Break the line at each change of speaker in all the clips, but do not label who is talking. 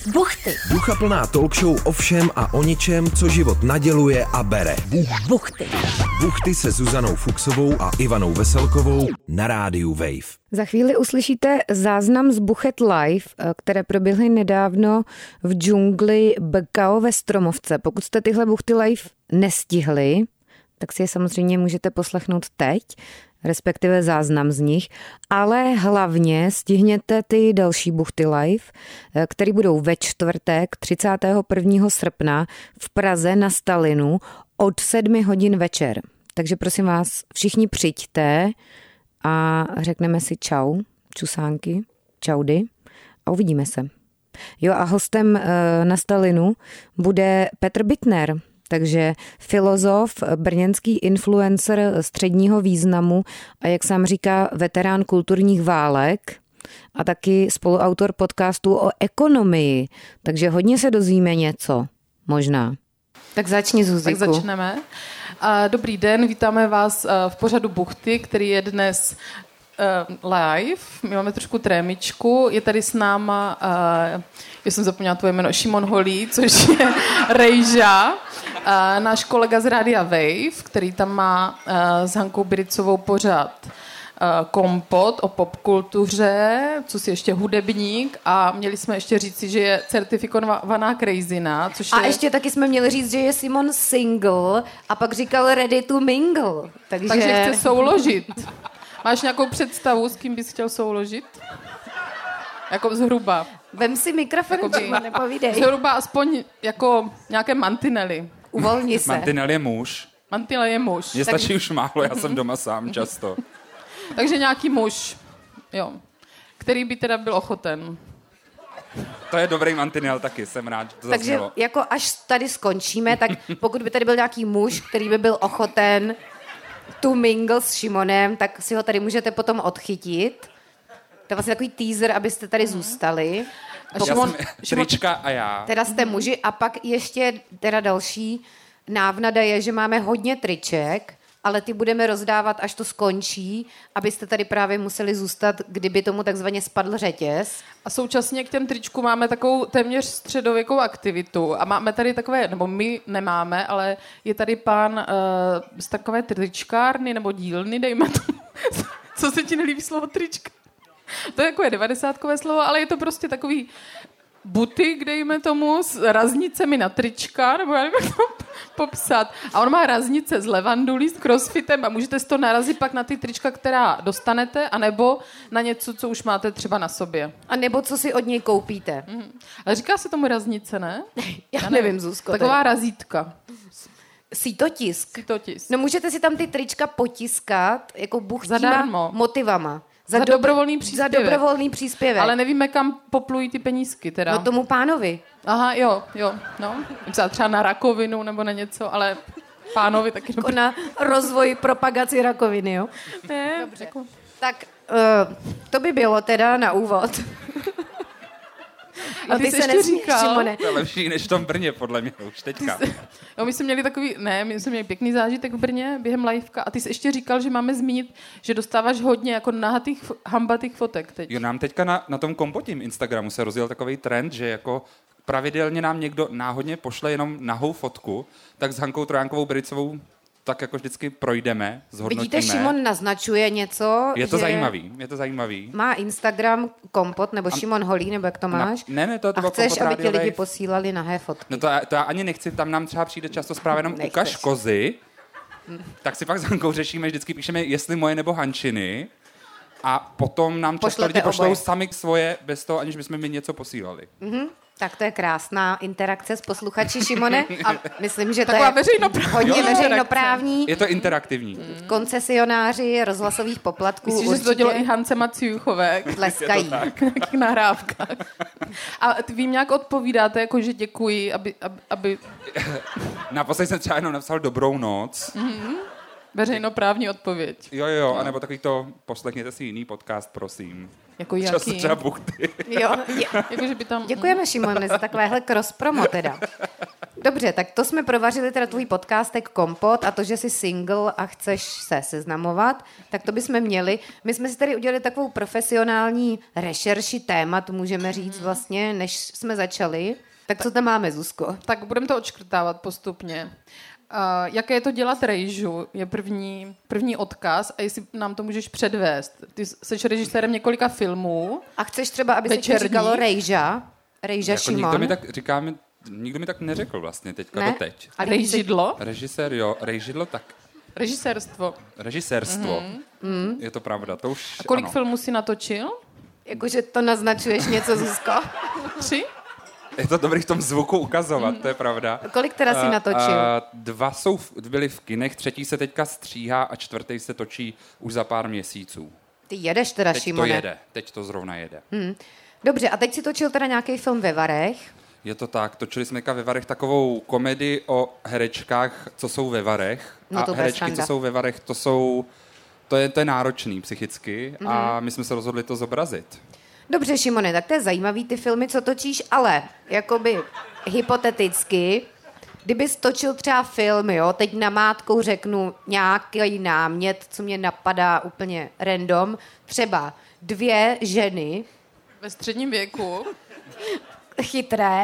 Buchty.
Duchaplná talk show o všem a o ničem, co život naděluje a bere.
Buchty.
Buchty se Zuzanou Fuxovou a Ivanou Veselkovou na rádiu Wave.
Za chvíli uslyšíte záznam z Buchet Live, které proběhly nedávno v džungli Bkao ve Stromovce. Pokud jste tyhle Buchty Live nestihli, tak si je samozřejmě můžete poslechnout teď, respektive záznam z nich, ale hlavně stihněte ty další Buchty Live, které budou ve čtvrtek 31. srpna v Praze na Stalinu od 7 hodin večer. Takže prosím vás, všichni přijďte a řekneme si čau, čusánky, čaudy a uvidíme se. Jo, a hostem na Stalinu bude Petr Bittner, takže filozof, brněnský influencer středního významu a jak sám říká, veterán kulturních válek a taky spoluautor podcastu o ekonomii. Takže hodně se dozvíme něco, možná. Tak začni, Zuziku.
Tak začneme. Dobrý den, vítáme vás v pořadu Buchty, který je dnes live. My máme trošku trémičku. Je tady s náma, já jsem zapomněla tvoje jméno, Šimon Holý, což je Rejža, náš kolega z rádia Wave, který tam má s Hankou Biricovou pořad Kompot o popkultuře, co si ještě hudebník a měli jsme ještě říci, že je certifikovaná crazyna, což
a
je...
ještě taky jsme měli říct, že je Simon single a pak říkal ready to mingle.
Takže chce souložit. Máš nějakou představu, s kým bys chtěl souložit? Jako zhruba.
Vem si mikrofon, nepovídej.
Zhruba aspoň jako nějaké mantinely.
Uvolni se.
Mantinel je muž.
Mantinel je muž.
Mně stačí už málo, já jsem doma sám často.
Takže nějaký muž, jo, který by teda byl ochoten.
To je dobrý mantinel taky, jsem rád, že to
Takže
zaznělo.
jako až tady skončíme, tak pokud by tady byl nějaký muž, který by byl ochoten tu mingle s Šimonem, tak si ho tady můžete potom odchytit. To je vlastně takový teaser, abyste tady zůstali.
Trička a já.
Teda jste muži a pak ještě teda další návnada je, že máme hodně triček, ale ty budeme rozdávat, až to skončí, abyste tady právě museli zůstat, kdyby tomu takzvaně spadl řetěz.
A současně k těm tričku máme takovou téměř středověkou aktivitu a máme tady takové, nebo my nemáme, ale je tady pán z takové tričkárny nebo dílny, dejme tomu. Co se ti nelíbí slovo trička? To je 90kové slovo, ale je to prostě takový butik, dejme tomu, s raznicemi na trička, nebo já nevím, jak to popsat. A on má raznice z levandulí, s crossfitem a můžete si to narazit pak na ty trička, která dostanete, anebo na něco, co už máte třeba na sobě.
A nebo co si od něj koupíte.
Ale říká se tomu raznice, ne?
Já nevím, Zuzko.
Taková razítka.
Sítotisk.
Sítotisk.
No můžete si tam ty trička potiskat jako buchtíma
Zadarmo.
motivama.
Za dobrovolný příspěvek.
Za dobrovolný příspěvek.
Ale nevíme, kam poplují ty penízky teda.
No tomu pánovi.
Aha, jo, no. Třeba na rakovinu nebo na něco, ale pánovi taky
jako na rozvoj, propagaci rakoviny, jo?
Ne, dobře.
Tak to by bylo teda na úvod.
A ty jsi ještě říkal...
To je lepší než v tom Brně, podle mě, už teďka.
My jsme měli pěkný zážitek v Brně během liveka a ty jsi ještě říkal, že máme zmínit, že dostáváš hodně jako nahatých, hambatých fotek teď.
Jo, nám teďka na tom kompotím Instagramu se rozjel takový trend, že jako pravidelně nám někdo náhodně pošle jenom nahou fotku, tak s Hankou Trojankovou Biricovou tak jako vždycky projdeme, zhodnotíme.
Vidíte, Šimon naznačuje něco.
Je to zajímavý.
Má Instagram Kompot, nebo Šimon Holý, nebo jak to máš?
Ne, to
a chceš, aby ti lidi posílali nahé fotky.
No to já ani nechci, tam nám třeba přijde často zpráva jenom ukaž kozy, tak si pak s Hankou řešíme, vždycky píšeme, jestli moje nebo Hančiny a potom nám často lidi pošlou sami svoje, bez toho, aniž bychom mi něco posílali.
Tak to je krásná interakce s posluchači, Šimone. A myslím, že to je hodně veřejnoprávní.
Je to interaktivní.
Koncesionáři rozhlasových poplatků
myslím,
určitě...
že to dělo i Hance Maciuchové.
Tleskají.
Na nahrávkách. A vy jim nějak odpovídáte, jako že děkuji, aby...
Naposledy jsem třeba jenom napsal dobrou noc.
Veřejnoprávní odpověď.
Jo, anebo takový to, poslechněte si jiný podcast, prosím.
Jako jaký?
Často třeba Buchty.
Jo,
jako, že by tam...
Děkujeme, Šimone, za takovéhle cross promo teda. Dobře, tak to jsme provařili teda tvůj podcastek Kompot a to, že jsi single a chceš se seznamovat, tak to bychom měli. My jsme si tady udělali takovou profesionální rešerši témat, můžeme říct vlastně, než jsme začali. Tak co tam máme, Zuzko?
Tak budeme to odškrtávat postupně. Jaké je to dělat rejžu, je první odkaz a jestli nám to můžeš předvést. Ty jsi režisérem několika filmů.
A chceš třeba, aby se ti říkalo Rejža jako Šimon?
Nikdo mi tak neřekl vlastně teďka doteď.
A rejžidlo?
Režisér, jo, rejžidlo tak. Režisérstvo. Je to pravda, to už.
A kolik filmů jsi natočil?
Jakože to naznačuješ něco, Zuzko?
3?
Je to dobrý v tom zvuku ukazovat, to je pravda.
Kolik teda jsi natočil?
2 byly v kinech, 3. se teďka stříhá a 4. se točí už za pár měsíců.
Ty jedeš teda, Šimone?
Teď to zrovna jede.
Dobře, a teď si točil teda nějaký film ve Varech?
Je to tak, točili jsme ve Varech takovou komedii o herečkách, co jsou ve Varech.
No to
a herečky, co jsou ve Varech, to je náročný psychicky a my jsme se rozhodli to zobrazit.
Dobře, Šimone, tak to je zajímavý ty filmy, co točíš, ale jakoby hypoteticky, kdybys točil třeba film, jo, teď namátkou řeknu nějaký námět, co mě napadá úplně random, třeba 2 ženy
ve středním věku,
chytré,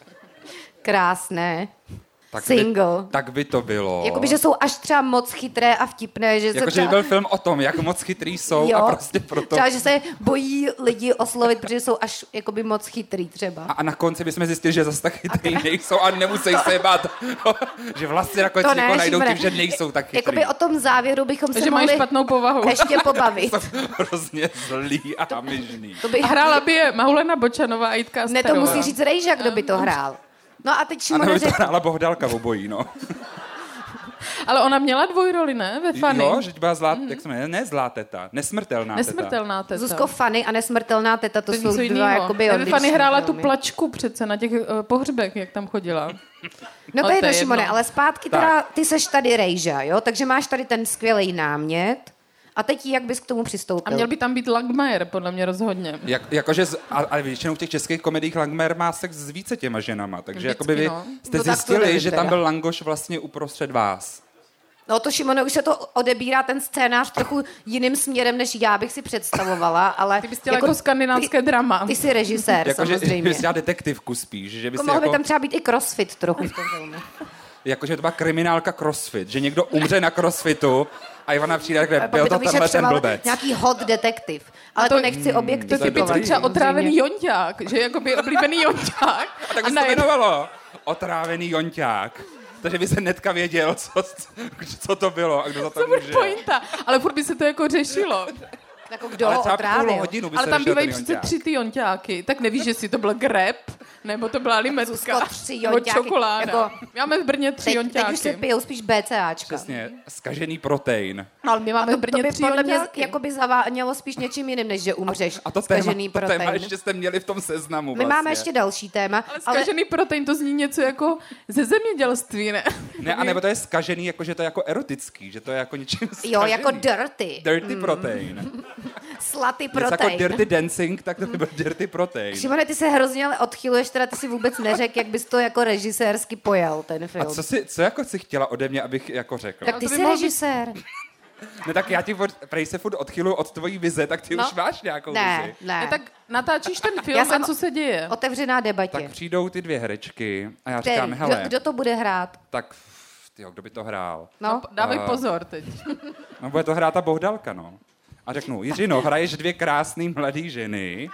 krásné, single.
Tak by to bylo.
Jakoby, že jsou až třeba moc chytré a vtipné.
Jakože by byl film o tom, jak moc chytrý jsou a prostě proto.
Třeba, že se bojí lidi oslovit, protože jsou až jakoby moc chytrý třeba.
A na konci bychom zjistili, že zase tak chytrý nejsou a nemusí se bát, že vlastně nakonec někoho najdou tím, že nejsou tak chytrý.
Jakoby o tom závěru bychom se
že
mohli
mají špatnou povahu.
Ještě pobavit.
Hrozně zlý a myžný.
A hrála by je Maulena Bočanová a Jitka Asterová.
Ne, to musí říct Rejža, kdo by to hrál. No a teď Šimone
řekl... A to hrála Bohdálka obojí, no.
Ale ona měla dvojroli, ne? Ve Fanny.
Jo, že byla jak se jmenuje, ne zlá teta, nesmrtelná teta.
Zuzko, Fanny a nesmrtelná teta, to jsou dva jakoby odlišné.
Fanny hrála tu plačku přece na těch pohřbech, jak tam chodila.
No to je to, Šimone, ale zpátky teda, ty seš tady Rejža, jo? Takže máš tady ten skvělý námět. A teď jak bys k tomu přistoupil?
A měl by tam být Langmajer, podle mě rozhodně.
Ale většinou v těch českých komediích Langmajer má sex s více těma ženama, takže jakoby vy jste zjistili, že tam byl Langoš vlastně uprostřed vás.
No to, Šimone, už se to odebírá ten scénář trochu jiným směrem, než já bych si představovala, ale...
Ty bys chtěla jako skandinávské drama.
Ty jsi režisér, samozřejmě.
Že bys chtěla detektivku spíš. Že bys
mohl by tam třeba být i crossfit trochu v tom filmu.
Jakože to byla kriminálka crossfit, že někdo umře na crossfitu a Ivana přijde a řekne, byl to tenhle ten blbec.
Nějaký hot detektiv. Ale to nechci objektifikovat.
To je třeba otrávený jonťák, že jakoby oblíbený jonťák.
A tak by se to jmenovalo. Otrávený jonťák. Takže by se Netka věděl, co to bylo a kdo za to může.
To je pointa, ale furt by se to jako řešilo.
Jako kdo ho otrávil.
Ale tam bývají přece 3 ty jonťáky, tak nevíš, že si to byl grep, nebo to byla limetka, nebo čokoláda. Jako, máme v Brně 3 jonťáky.
Teď už se pijou spíš BCAčka.
Přesně, zkažený protein.
No, ale my máme v Brně 3 jonťáky.
Jako by zavánělo spíš něčím jiným, než že umřeš.
A to téma ještě jste měli v tom seznamu.
My máme ještě další téma.
Ale zkažený protein, to zní něco jako ze zemědělství, ne?
Ne, anebo to je zkažený, jako, že to je jako erotický, že to je jako něčím zkažený.
Jo, jako dirty.
Dirty protein.
Slatý protein.
Jako dirty dancing, tak to byl dirty protein.
Šimone, ty se hrozně ale odchyluješ, teda ty si vůbec neřekl, jak bys to jako režisérsky pojal, ten film.
A co jako si chtěla ode mě, abych jako řekl?
Tak ty jsi režisér.
Ne, tak já ti prej se furt odchyluju od tvojí vize, tak ty už máš nějakou vizi.
Ne,
tak natáčíš ten film a co se děje?
Otevřená debatě.
Tak přijdou ty 2 herečky a já říkám, hele.
Kdo to bude hrát?
Tak, kdo by to hrál?
No dávej pozor teď.
No, bude to hrát ta Bohdalka, no. A řeknu, Jiřino, hraješ 2 krásný mladý ženy.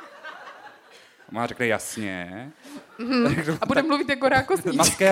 A má řekne, jasně.
Řeknu, a bude mluvit jako rákosníček.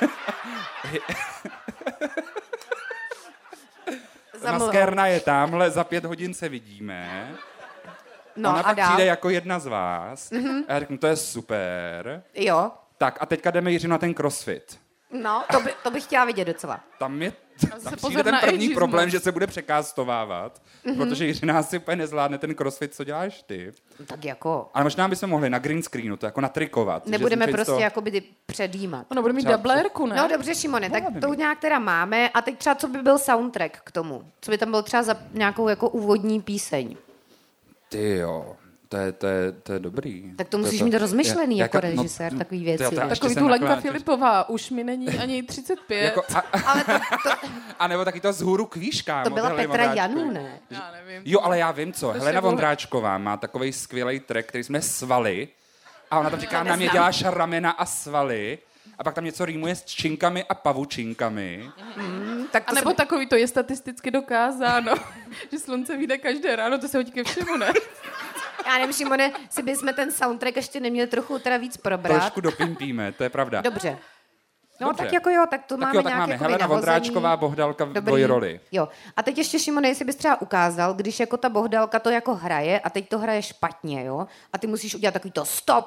Maskérna je tamhle, za 5 hodin se vidíme.
No,
ona
a
pak
dál
přijde jako jedna z vás. A já řeknu, to je super.
Jo.
Tak a teďka jdeme, Jiřino, na ten crossfit.
No, to bych chtěla vidět docela.
Tam přijde ten první problém, že se bude překástovávat, protože Jiřina si úplně nezvládne ten crossfit, co děláš ty.
Tak jako...
Ale možná bychom mohli na green screenu to jako natrikovat.
Nebudeme prostě jakoby předjímat.
Ono bude mít dublérku, ne?
No dobře, Šimone, tak to nějak teda máme. A teď třeba co by byl soundtrack k tomu? Co by tam byl třeba za nějakou jako úvodní píseň?
Ty jo. To je dobrý.
Tak to musíš mít rozmyšlený jako režisér, takový věci.
Takový tu Lenka Filipová, už mi není ani 35. Jako,
ale
a nebo taky to vzhůru k výškám.
To byla Petra Janu, ne?
Já nevím.
Jo, ale já vím co. Helena Vondráčková má takovej skvělej track, který jsme Svaly. A ona tam říká, na mě děláš ramena a svaly. A pak tam něco rýmuje s činkami a pavučinkami.
Tak a nebo takový to je statisticky dokázáno, že slunce vyjde každé ráno, to se hodí ke všemu, ne?
Já nevím, Šimone, si bychom ten soundtrack ještě neměli trochu teda víc probrat.
Trošku dopimpíme, to je pravda.
Dobře. No dobře. Tak jako jo, tak to máme nějaké
máme Helena Vondráčková, Bohdalka v dvojroli.
Jo. A teď ještě, Šimone, jestli bys třeba ukázal, když jako ta Bohdalka to jako hraje a teď to hraje špatně, jo? A ty musíš udělat takový to stop.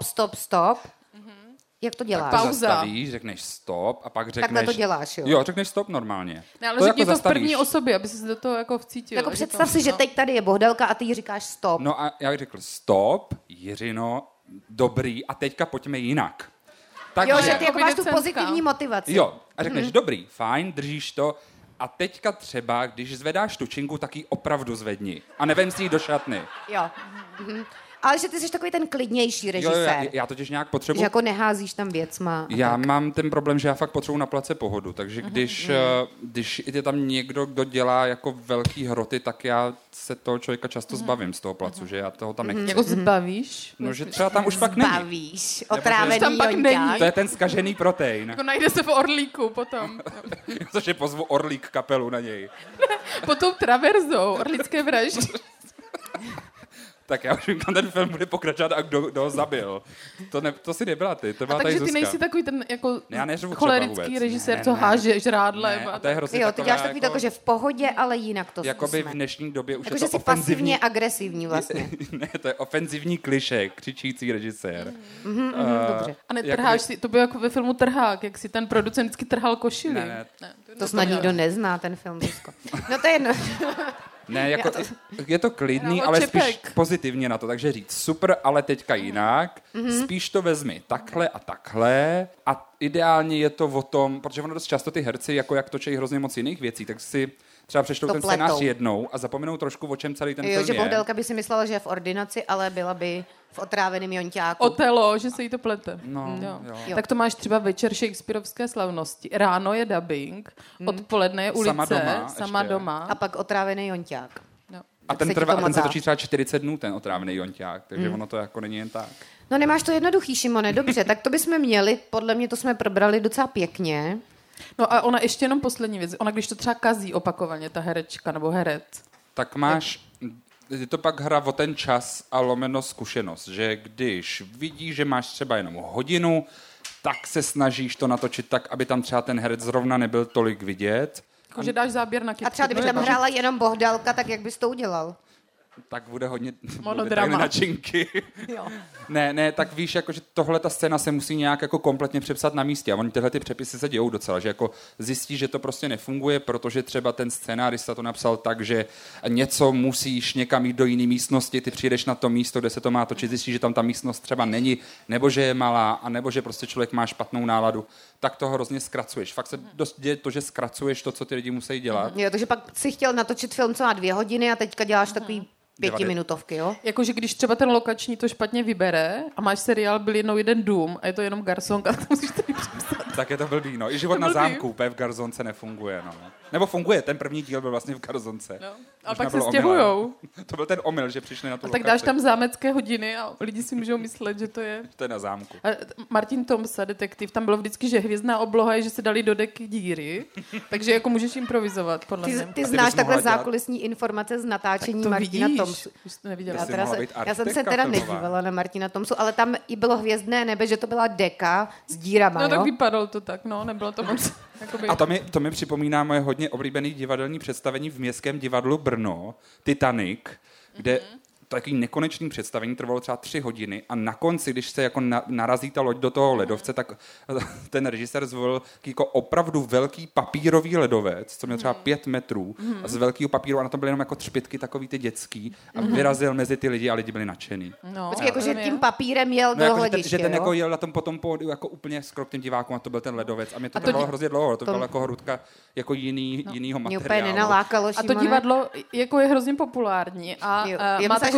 Jak to děláš?
Tak to zastavíš, řekneš stop a pak řekneš...
Takhle to děláš, jo?
Jo, řekneš stop normálně.
Ne, ale řekni to v první osobě, aby se do toho jako vcítil.
Jako představ si, že teď tady je Bohdalka a ty jí říkáš stop.
No a já bych řekl stop, Jiřino, dobrý a teďka pojďme jinak.
Takže, jo, že ty jako máš tu pozitivní motivaci.
Jo, a řekneš dobrý, fajn, držíš to a teďka třeba, když zvedáš tu činku, tak ji opravdu zvedni a nevem si ji do šatny.
Jo. Ale že ty jsi takový ten klidnější režisér.
Jo, já totiž nějak potřebuji...
Že jako neházíš tam věcma.
Já mám ten problém, že já fakt potřebuji na place pohodu, takže když je tam někdo, kdo dělá jako velký hroty, tak já se toho člověka často zbavím z toho placu, že já toho tam nechci.
Jako zbavíš?
No, že třeba tam už pak není.
Zbavíš, otrávený tam pak
není. To je ten zkažený protein.
Jako najde se v Orlíku potom.
Což je pozvu Orlík kapelu na něj.
Potom Traverzou, Orlické vraždy.
Tak já už vím, kam ten film bude pokračovat a kdo ho zabil. To si nebyla ty, to byla tady
Takže
Zuzka.
ty nejsi takový ten jako
cholerický
režisér, co háže žrádlem.
Ne, to je hrozně
jo, ty děláš takový jako, že v pohodě, ale jinak to
jakoby v dnešní době už
jako,
je to
že jsi pasivně agresivní vlastně.
Ne, to je ofenzivní klišé, křičící režisér.
Dobře.
A netrháš si, to bylo jako ve filmu Trhák, jak si ten producent vždycky trhal košili.
Ne.
To snad nikdo nezná, ten film, Zuzko. No to je jedno.
Ne, jako, je to klidný, ale spíš pozitivně na to, takže říct super, ale teďka jinak, spíš to vezmi takhle a takhle a ideálně je to o tom, protože ono dost často ty herci, jako jak točí hrozně moc jiných věcí, tak si třeba přečtou ten scénář jednou a zapomenou trošku, o čem celý ten film je.
Že Bohdalka by si myslela, že je v ordinaci, ale byla by v otráveném jonťáku.
Otelo, že se jí to plete.
No, jo.
Tak to máš třeba večer Shakespearovské slavnosti. Ráno je dubbing, odpoledne je ulice, sama doma.
A pak otrávený jonťák.
Jo.
A ten se točí třeba 40 dnů, ten otrávený jonťák, takže ono to jako není jen tak.
No nemáš to jednoduchý, Šimone, dobře, tak to bychom měli, podle mě to jsme probrali docela pěkně.
No a ona ještě jenom poslední věc, ona když to třeba kazí opakovaně, ta herečka nebo herec.
Tak máš... Je to pak hra o ten čas a lomeno zkušenost, že když vidíš, že máš třeba jenom hodinu, tak se snažíš to natočit tak, aby tam třeba ten herec zrovna nebyl tolik vidět.
Že dáš záběr na kytky.
A třeba kdyby tam hrála jenom Bohdalka, tak jak bys to udělal?
Tak bude hodně
monodrama.
Načinky. Ne, tak víš, jako, že tohle ta scéna se musí nějak jako kompletně přepsat na místě a oni tyhle ty přepisy se dějou docela, že jako zjistí, že to prostě nefunguje, protože třeba ten scénárista to napsal tak, že něco musíš někam jít do jiné místnosti, ty přijdeš na to místo, kde se to má točit, zjistíš, že tam ta místnost třeba není, nebo že je malá, a nebo že prostě člověk má špatnou náladu, tak toho hrozně zkracuješ. Fakt se dost děje to, že zkracuješ to, co ty lidi musí dělat.
Jo, takže pak si chtěl natočit film, co má 2 hodiny a teďka děláš takový 5minutovky, jo?
Jakože když třeba ten lokační to špatně vybere a máš seriál Byl jednou jeden dům a je to jenom garsonka, tak to musíš tady přepsat.
Tak je to blbý, no. I Život na zámku úplně v garzonce nefunguje, no. Nebo funguje, ten první díl byl vlastně v garzonce.
No. A pak se stěhujou.
To byl ten omyl, že přišli na tu
lokaci. Tak dáš tam zámecké hodiny a lidi si můžou myslet, že to je...
To je na zámku.
A Martin Tomsa, detektiv, tam bylo vždycky, že hvězdná obloha je, že se dali do deky díry, takže jako můžeš improvizovat, podle mě.
Ty znáš takhle zákulisní informace z natáčení Martina Tomsu. Já jsem se teda nedívala na Martina Tomsu, ale tam i bylo hvězdné nebe, že to byla deka s dírama,
no, tak vypadalo to tak, no, nebylo to moc... Jakoby...
A to mi připomíná moje hodně oblíbené divadelní představení v Městském divadlu Brno, Titanic, kde takový nekonečný představení trvalo třeba 3 hodiny a na konci, když se jako narazí ta loď do toho ledovce, tak ten režisér zvolil jako opravdu velký papírový ledovec, co měl třeba 5 metrů a z velkého papíru a na tom byly jenom jako třpytky takový ty dětský a vyrazil mezi ty lidi a lidi byli nadšený.
No, počkej, jako, že tím papírem jel do hlediště,
že ten jako jel na tom potom pódiu jako úplně skoro k těm divákům a to byl ten ledovec a mě to trvalo hrozně dlouho, to bylo jako hrudka jako jinýho materiálu.
Nenalákalo,
a to divadlo jako je hrozně populární a má takový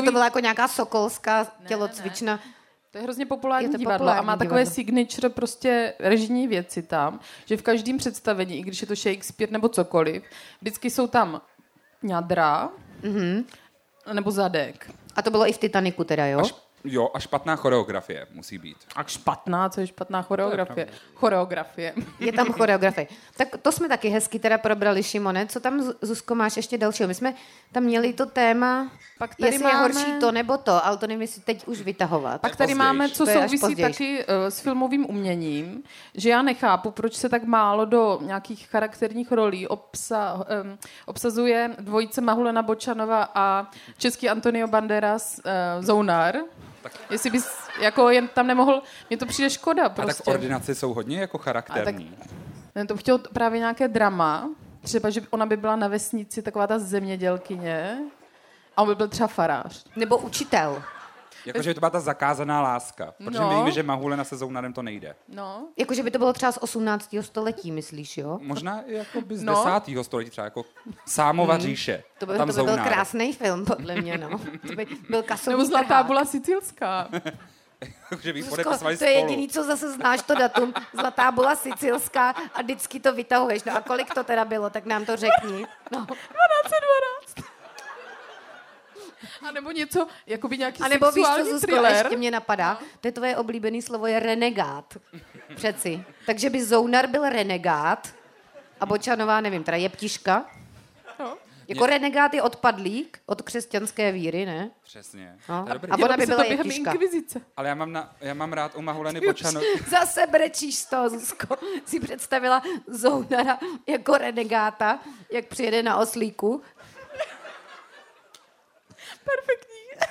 to byla jako nějaká sokolská tělocvična.
Ne. To je hrozně populární divadlo a má takové signature prostě režijní věci tam, že v každém představení, i když je to Shakespeare nebo cokoliv, vždycky jsou tam ňadra nebo zadek.
A to bylo i v Titaniku teda, jo?
A špatná choreografie musí být.
A špatná? Co je špatná choreografie? Choreografie.
Je tam choreografie. Tak to jsme taky hezky teda probrali, Šimone. Co tam, Zuzko, máš ještě dalšího? My jsme tam měli to téma, pak tady jestli máme... je horší to nebo to, ale to nevím, jestli teď už vytahovat.
Pak tady máme, co souvisí taky s filmovým uměním, že já nechápu, proč se tak málo do nějakých charakterních rolí obsazuje dvojice Mahulena Bočanova a český Antonio Banderas Zounar. Tak. Jestli bys jako jen tam nemohl, mně to přijde škoda prostě.
A tak ordinace jsou hodně jako charakterní.
Tak, to chtěl právě nějaké drama, třeba, že ona by byla na vesnici taková ta zemědělkyně a on by byl třeba farář.
Nebo učitel.
Jakože by to byla ta zakázaná láska. Protože my víme, že Mahulena se Zounarem to nejde.
No.
Jakože by to bylo třeba z 18. století, myslíš, jo?
Možná i jako by z 10. století, třeba jako Sámova říše.
To by byl krásný film, podle mě, no. To by byl kasový
Nebo Zlatá bula sicilská.
To je jediný, co zase znáš to datum. Zlatá bula sicilská a vždycky to vytahuješ. No a kolik to teda bylo, tak nám to řekni. No.
1212. A nebo něco, jakoby nějaký
sexuální thriller. A nebo víš, co, Zuzko, ještě mě napadá, to je tvoje oblíbené slovo, je renegát. Přeci. Takže by Zounar byl renegát a Bočanová, nevím, teda jeptiška. No. Jako renegát je odpadlík od křesťanské víry, ne?
Přesně.
No. A ona by byla jeptiška.
Ale já mám rád u Mahuleny Bočanové.
Zase brečíš z toho, Zuzko. Si představila Zounara jako renegáta, jak přijede na oslíku.
Perfektní.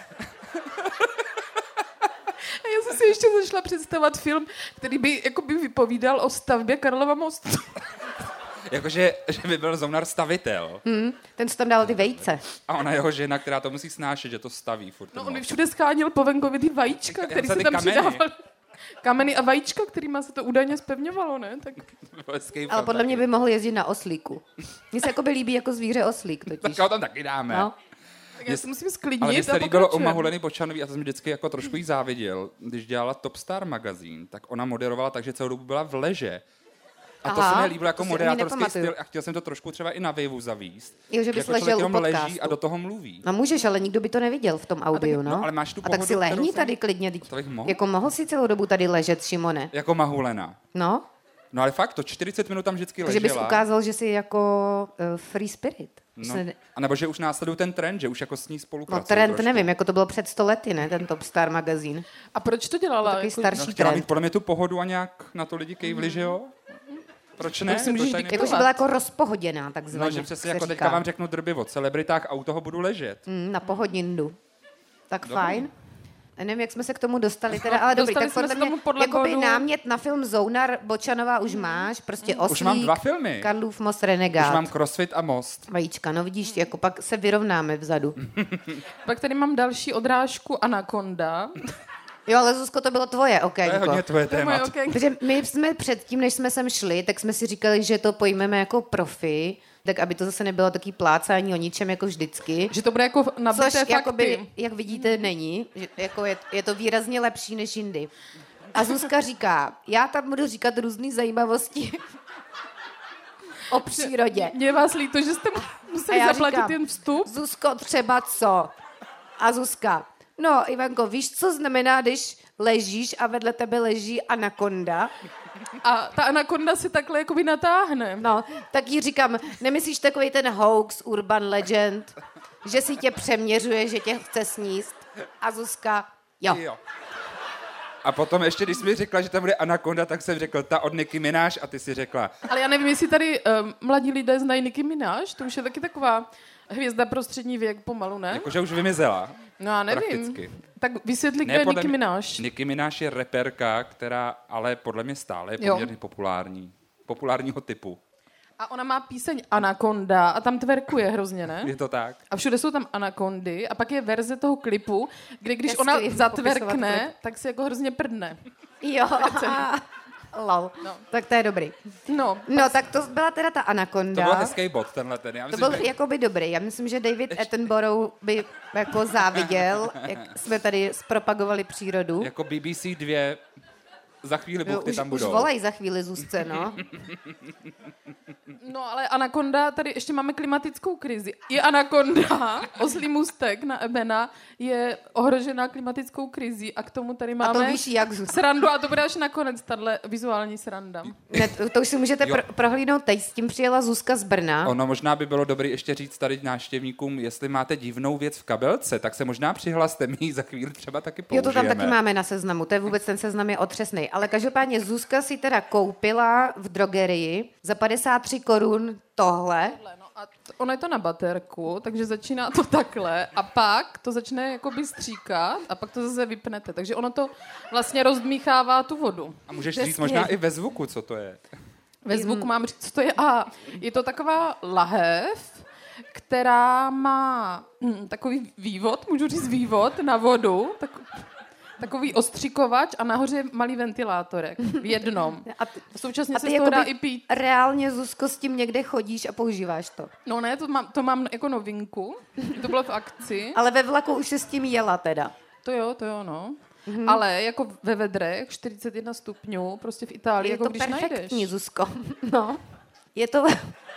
A já jsem si ještě začala představovat film, který by jakoby vypovídal o stavbě Karlova mostu.
Jakože že by byl Zounar stavitel.
Ten, co tam dal ty vejce.
A ona jeho žena, která to musí snášet, že to staví furt.
No on by všude scháněl po venkově ty vajíčka, který se tam přidával. Kameny a vajíčka, kterýma se to údajně zpevňovalo, ne? Tak...
Ale podle mě by mohl jezdit na oslíku. Mně se jako by líbí jako zvíře oslík totiž.
Tak ho tam taky dáme.
No.
Tak já se musím sklidnit.
Ale mně se líbilo u Mahuleny Bočanový, a to jsem vždycky jako trošku jí záviděl, když dělala Top Star magazín, tak ona moderovala tak, že celou dobu byla v leže. A to se mi líbilo jako moderátorský styl a chtěl jsem to trošku třeba i na Waveu zavíst.
Jo, že bys
jako
ležel u podcastu.
Leží a do toho mluví.
No můžeš, ale nikdo by to neviděl v tom audiu, no.
Ale máš tu
pohodu, a tak si lehni tady klidně. Jako mohl si celou dobu tady ležet, Šimone.
Jako Mahulena.
No.
No ale fakt, to 40 minut tam vždycky ležela.
Takže bys ukázal, že jsi jako free spirit.
No. A nebo že už následuje ten trend, že už jako s ní spolupracuje.
No trend trošku. Nevím, jako to bylo před 100 lety, ne, ten Top Star magazín.
A proč to dělala?
Takový starší
chtěla
trend.
mít podle mě tu pohodu a nějak na to lidi kejvli, že jo? Proč ne?
Jakože byla jako rozpohoděná, takzvaně.
No, že přesně jako teďka vám řeknu drby o celebritách a u toho budu ležet.
Na pohodindu. Tak fajn. Nevím, jak jsme se k tomu dostali, teda, ale dobrý, tak podle mě jakoby námět na film Zounar Bočanová už máš, prostě Oslík,
už mám 2 filmy.
Karlův most, Renegát.
Už mám Crossfit a Most.
Vajíčka, no vidíš, jako pak se vyrovnáme vzadu.
Pak tady mám další odrážku Anaconda.
Jo, ale Zuzko, to bylo tvoje okénko.
To je hodně tvoje téma.
Protože my jsme předtím, než jsme sem šli, tak jsme si říkali, že to pojmeme jako profi, tak aby to zase nebylo taký plácání o ničem jako vždycky.
Že to bude jako nabité fakty.
Jakoby, jak vidíte, není. Že jako je to výrazně lepší než jindy. A Zuzka říká, já tam budu říkat různý zajímavosti o přírodě.
Mě vás líto, že jste museli zaplatit říkám, jen vstup.
Zuzko, třeba co? A Zuzka, no Ivanko, víš, co znamená, když ležíš a vedle tebe leží anakonda?
A ta anakonda si takhle jakoby natáhne.
No, tak jí říkám, nemyslíš takový ten hoax, urban legend, že si tě přeměřuje, že tě chce sníst? A Zuzka, jo.
A potom ještě, když jsi mi řekla, že tam bude anakonda, tak jsem řekl, ta od Nicki Minaj a ty si řekla.
Ale já nevím, jestli tady mladí lidé znají Nicki Minaj, to už je taky taková hvězda pro střední věk pomalu, ne?
Jakože už vymizela.
No já nevím.
Prakticky.
Tak vysvětli, kdo je Nicki Minaj.
Nicki Minaj je reperka, která ale podle mě stále je poměrně populární. Populárního typu.
A ona má píseň Anaconda a tam twerkuje hrozně, ne?
Je to tak.
A všude jsou tam anakondy a pak je verze toho klipu, kde když ona zatwerkne, tak si jako hrozně prdne.
Jo. Lol. No. Tak to je dobrý.
No,
tak to byla teda ta Anakonda.
To byl hezký bod, tenhle ten.
To byl jakoby dobrý. Já myslím, že David Attenborough by jako záviděl, jak jsme tady zpropagovali přírodu.
Jako BBC 2, za chvíli buchty tam budou.
Už volají za chvíli Zuzce, no.
No ale Anakonda, tady ještě máme klimatickou krizi. I Anakonda, oslí můstek na Ebena, je ohrožená klimatickou krizí a k tomu tady máme
a to víš, jak
srandu a to bude až nakonec, tahle vizuální sranda.
Ne, to už si můžete prohlídnout teď, s tím přijela Zuzka z Brna.
Ono možná by bylo dobré ještě říct tady návštěvníkům, jestli máte divnou věc v kabelce, tak se možná přihlaste, my ji za chvíli třeba taky použijeme.
Jo, to tam taky máme na seznamu, to je vůbec ten seznam je otřesnej. Ale každopádně Zuzka si teda koupila v drogerii za 53 korun tohle.
No a ono je to na baterku, takže začíná to takhle a pak to začne jakoby stříkat a pak to zase vypnete. Takže ono to vlastně rozdmíchává tu vodu.
A můžeš říct možná i ve zvuku, co to je.
Ve zvuku mám říct, co to je. A je to taková lahev, která má takový vývod, můžu říct vývod na vodu, takový ostřikovač a nahoře malý ventilátorek v jednom. A současně se z toho dá i pít.
Reálně, Zuzko, s tím někde chodíš a používáš to?
No ne, to mám jako novinku. To bylo v akci.
Ale ve vlaku už se s tím jela teda.
To jo, no. Mm-hmm. Ale jako ve vedrech 41 stupňů, prostě v Itálii, jako když najdeš. Je to perfektní,
Zuzko. No. Je to...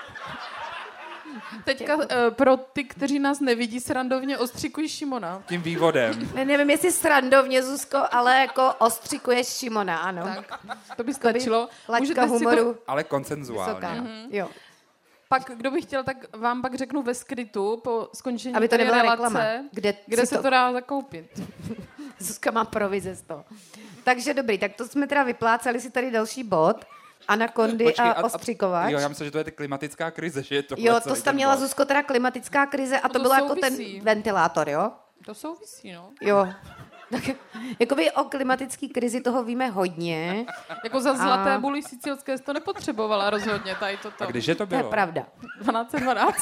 Teďka pro ty, kteří nás nevidí, srandovně ostřikují Šimona.
Tím vývodem.
Nevím, jestli srandovně, Zuzko, ale jako ostřikuješ Šimona, ano.
Tak, to by stačilo.
Laťka humoru.
Ale konsenzuálně.
Jo.
Pak, kdo by chtěl, tak vám pak řeknu ve skrytu po skončení
aby to nebyla
relace,
reklama.
Kde se to dá zakoupit.
Zuzka má provize z toho. Takže dobrý, tak to jsme teda vypláceli si tady další bod. Anakondy a ostřikovač.
Jo, já myslím, že to je ta klimatická krize, že je to.
Jo, to jsi měla, Zuzko, teda klimatická krize a to bylo jako ten ventilátor, jo?
To souvisí, no.
Jo. Tak, jakoby o klimatické krizi toho víme hodně.
Jako za zlaté buly sicilské jsi to nepotřebovala rozhodně, tady toto.
A když je to bylo?
To je pravda.
1212.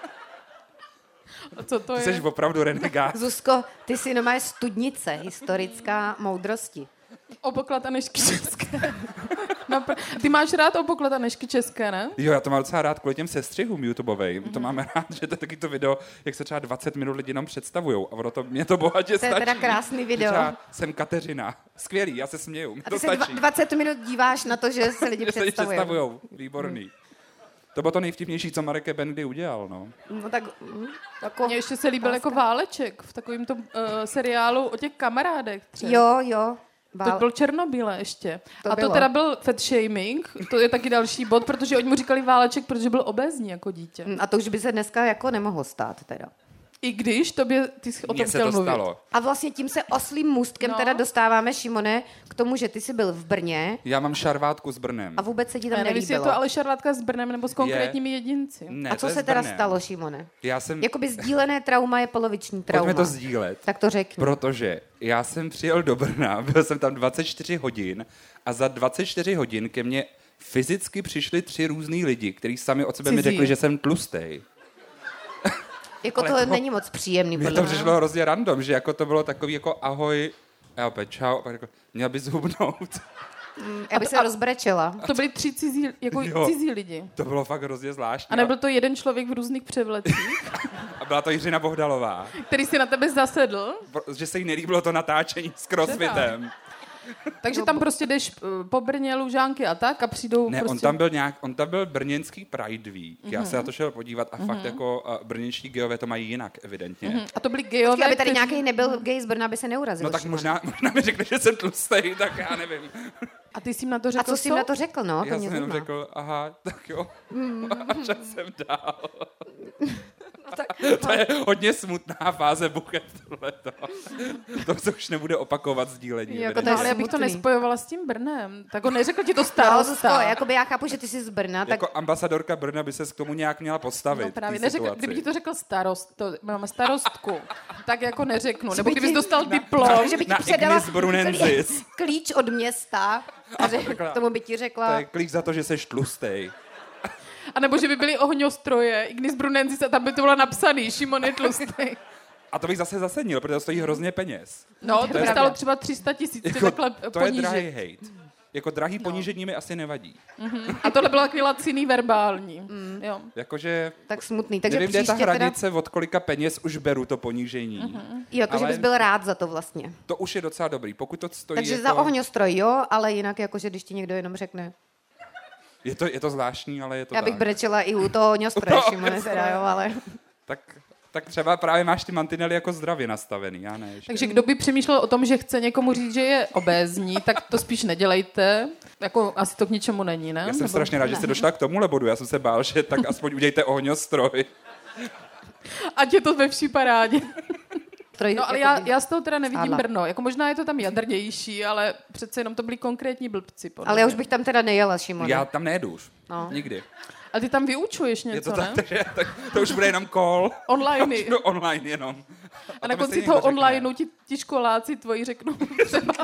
A co to
ty
je?
Jsi opravdu renegát.
Zuzko, ty jsi nomá studnice, historická moudrosti.
Opoklad a nešky české. No, ty máš rád opoklad a nešky české, ne?
Jo, já to mám docela rád kvůli těm sestřihům YouTubeovým. To máme rád, že to je taky to video, jak se třeba 20 minut lidi nám představujou. A ono mě to bohatě stačí.
To je teda krásný video.
Třeba jsem Kateřina. Skvělý, já se směju.
A ty se 20 minut díváš na to, že se lidi představujou.
Výborný. To bylo to nejvtipnější, co Marek Bendy udělal, no.
No tak...
Mně ještě se líbil jako Váleček v takovém tom seriálu o těch kamarádech.
Třeba. Jo.
To byl Černobyle ještě. To bylo. To teda byl fat shaming, to je taky další bod, protože oni mu říkali Váleček, protože byl obézní jako dítě.
A to už by se dneska jako nemohlo stát teda.
I když ty jsi o tom chtěl mluvit. Stalo.
A vlastně tím se oslým můstkem teda dostáváme, Šimone, k tomu, že ty jsi byl v Brně.
Já mám šarvátku s Brnem.
A vůbec se ti tam nelíbilo.
Nevím, je to ale šarvátka s Brnem nebo s konkrétními jedinci.
Ne,
a co se teda stalo, Šimone? Jakoby sdílené trauma je poloviční trauma.
Pojďme to sdílet.
Tak to řekni.
Protože já jsem přijel do Brna, byl jsem tam 24 hodin a za 24 hodin ke mně fyzicky přišli 3 různý lidi, kteří sami od sebe mi řekli, že jsem tlustej.
Jako to není moc příjemný.
Mně to přišlo hrozně random, že jako to bylo takový jako ahoj, já opět čau, a pak jako, měl bys hubnout.
Já bych se rozbrečela.
To byli 3 cizí lidi.
To bylo fakt hrozně zvláštní.
A nebyl to jeden člověk v různých převlecích.
A byla to Jiřina Bohdalová.
Který si na tebe zasedl.
Že se jí nelíbilo to natáčení s crossfitem.
Takže tam prostě jdeš po Brně, Lužánky a tak a přijdou
ne,
prostě...
on tam byl brněnský Pride Week. Já se na to šel podívat a fakt jako brněnští gejové to mají jinak, evidentně.
A to byli gejové,
aby tady nějaký nebyl gej z Brna, aby se neurazil.
No tak možná mi řekli, že jsem tlustej, tak já nevím.
A ty jsi jim na to řekl,
a co jsi jim na to řekl, no?
Já jsem jenom řekl, aha, tak jo. A šel jsem dál. To je hodně smutná fáze Buchet, tohleto. To se už nebude opakovat sdílení.
Jako ale já bych to nespojovala s tím Brnem. Tak on neřekl ti to starosta.
No, jakoby já chápu, že ty jsi z Brna. Tak...
Jako ambasadorka Brna by se k tomu nějak měla postavit.
No právě, kdyby ti to řekl máme starostku, tak jako neřeknu. Nebo kdybys dostal diplom.
Že by ti předala klíč od města a k tomu by ti řekla...
To je klíč za to, že seš tlustej.
A nebo že by byly ohňostroje, Ignis Brunensis a tam by to bylo napsaný, Šimon je tlustej.
A to bych zase zacenil, protože to stojí hrozně peněz.
No, to by stálo třeba 300 000.
Jako, to je drahý hate. Jako drahý ponížení mi asi nevadí.
A tohle bylo takový laciný verbální. Jo.
Jakože...
Tak smutný. Takže
nevím, kde je ta hranice,
teda...
od kolika peněz už beru to ponížení.
Jo, takže bys byl rád za to vlastně.
To už je docela dobrý. Pokud to stojí
Takže
jako...
za ohňostroj, jo, ale jinak jakože když ti někdo jenom řekne.
Je to zvláštní, ale je to
Já bych
tak.
brečela i u toho ohňostroje, Šimone, teda, jo, ale...
Tak třeba právě máš ty mantinely jako zdravě nastavený, já ne. Ještě.
Takže kdo by přemýšlel o tom, že chce někomu říct, že je obézní, tak to spíš nedělejte. Jako asi to k ničemu není, ne?
Já jsem strašně rád, že jste došla k tomuhle bodu. Já jsem se bál, že tak aspoň udějte ohňostroj.
Ať je to ve vší parádě. No ale
Jakoby...
já z toho teda nevidím
Stádla.
Brno. Jako možná je to tam jadrnější, ale přece jenom to byli konkrétní blbci.
Ale já už bych tam teda nejela, Šimone.
Já tam nejedu už.
No.
Nikdy.
A ty tam vyučuješ něco,
Je to
ne?
tak, takže to už bude jenom call.
Online.
To online jenom.
A na konci toho onlineu ti školáci tvoji řeknou třeba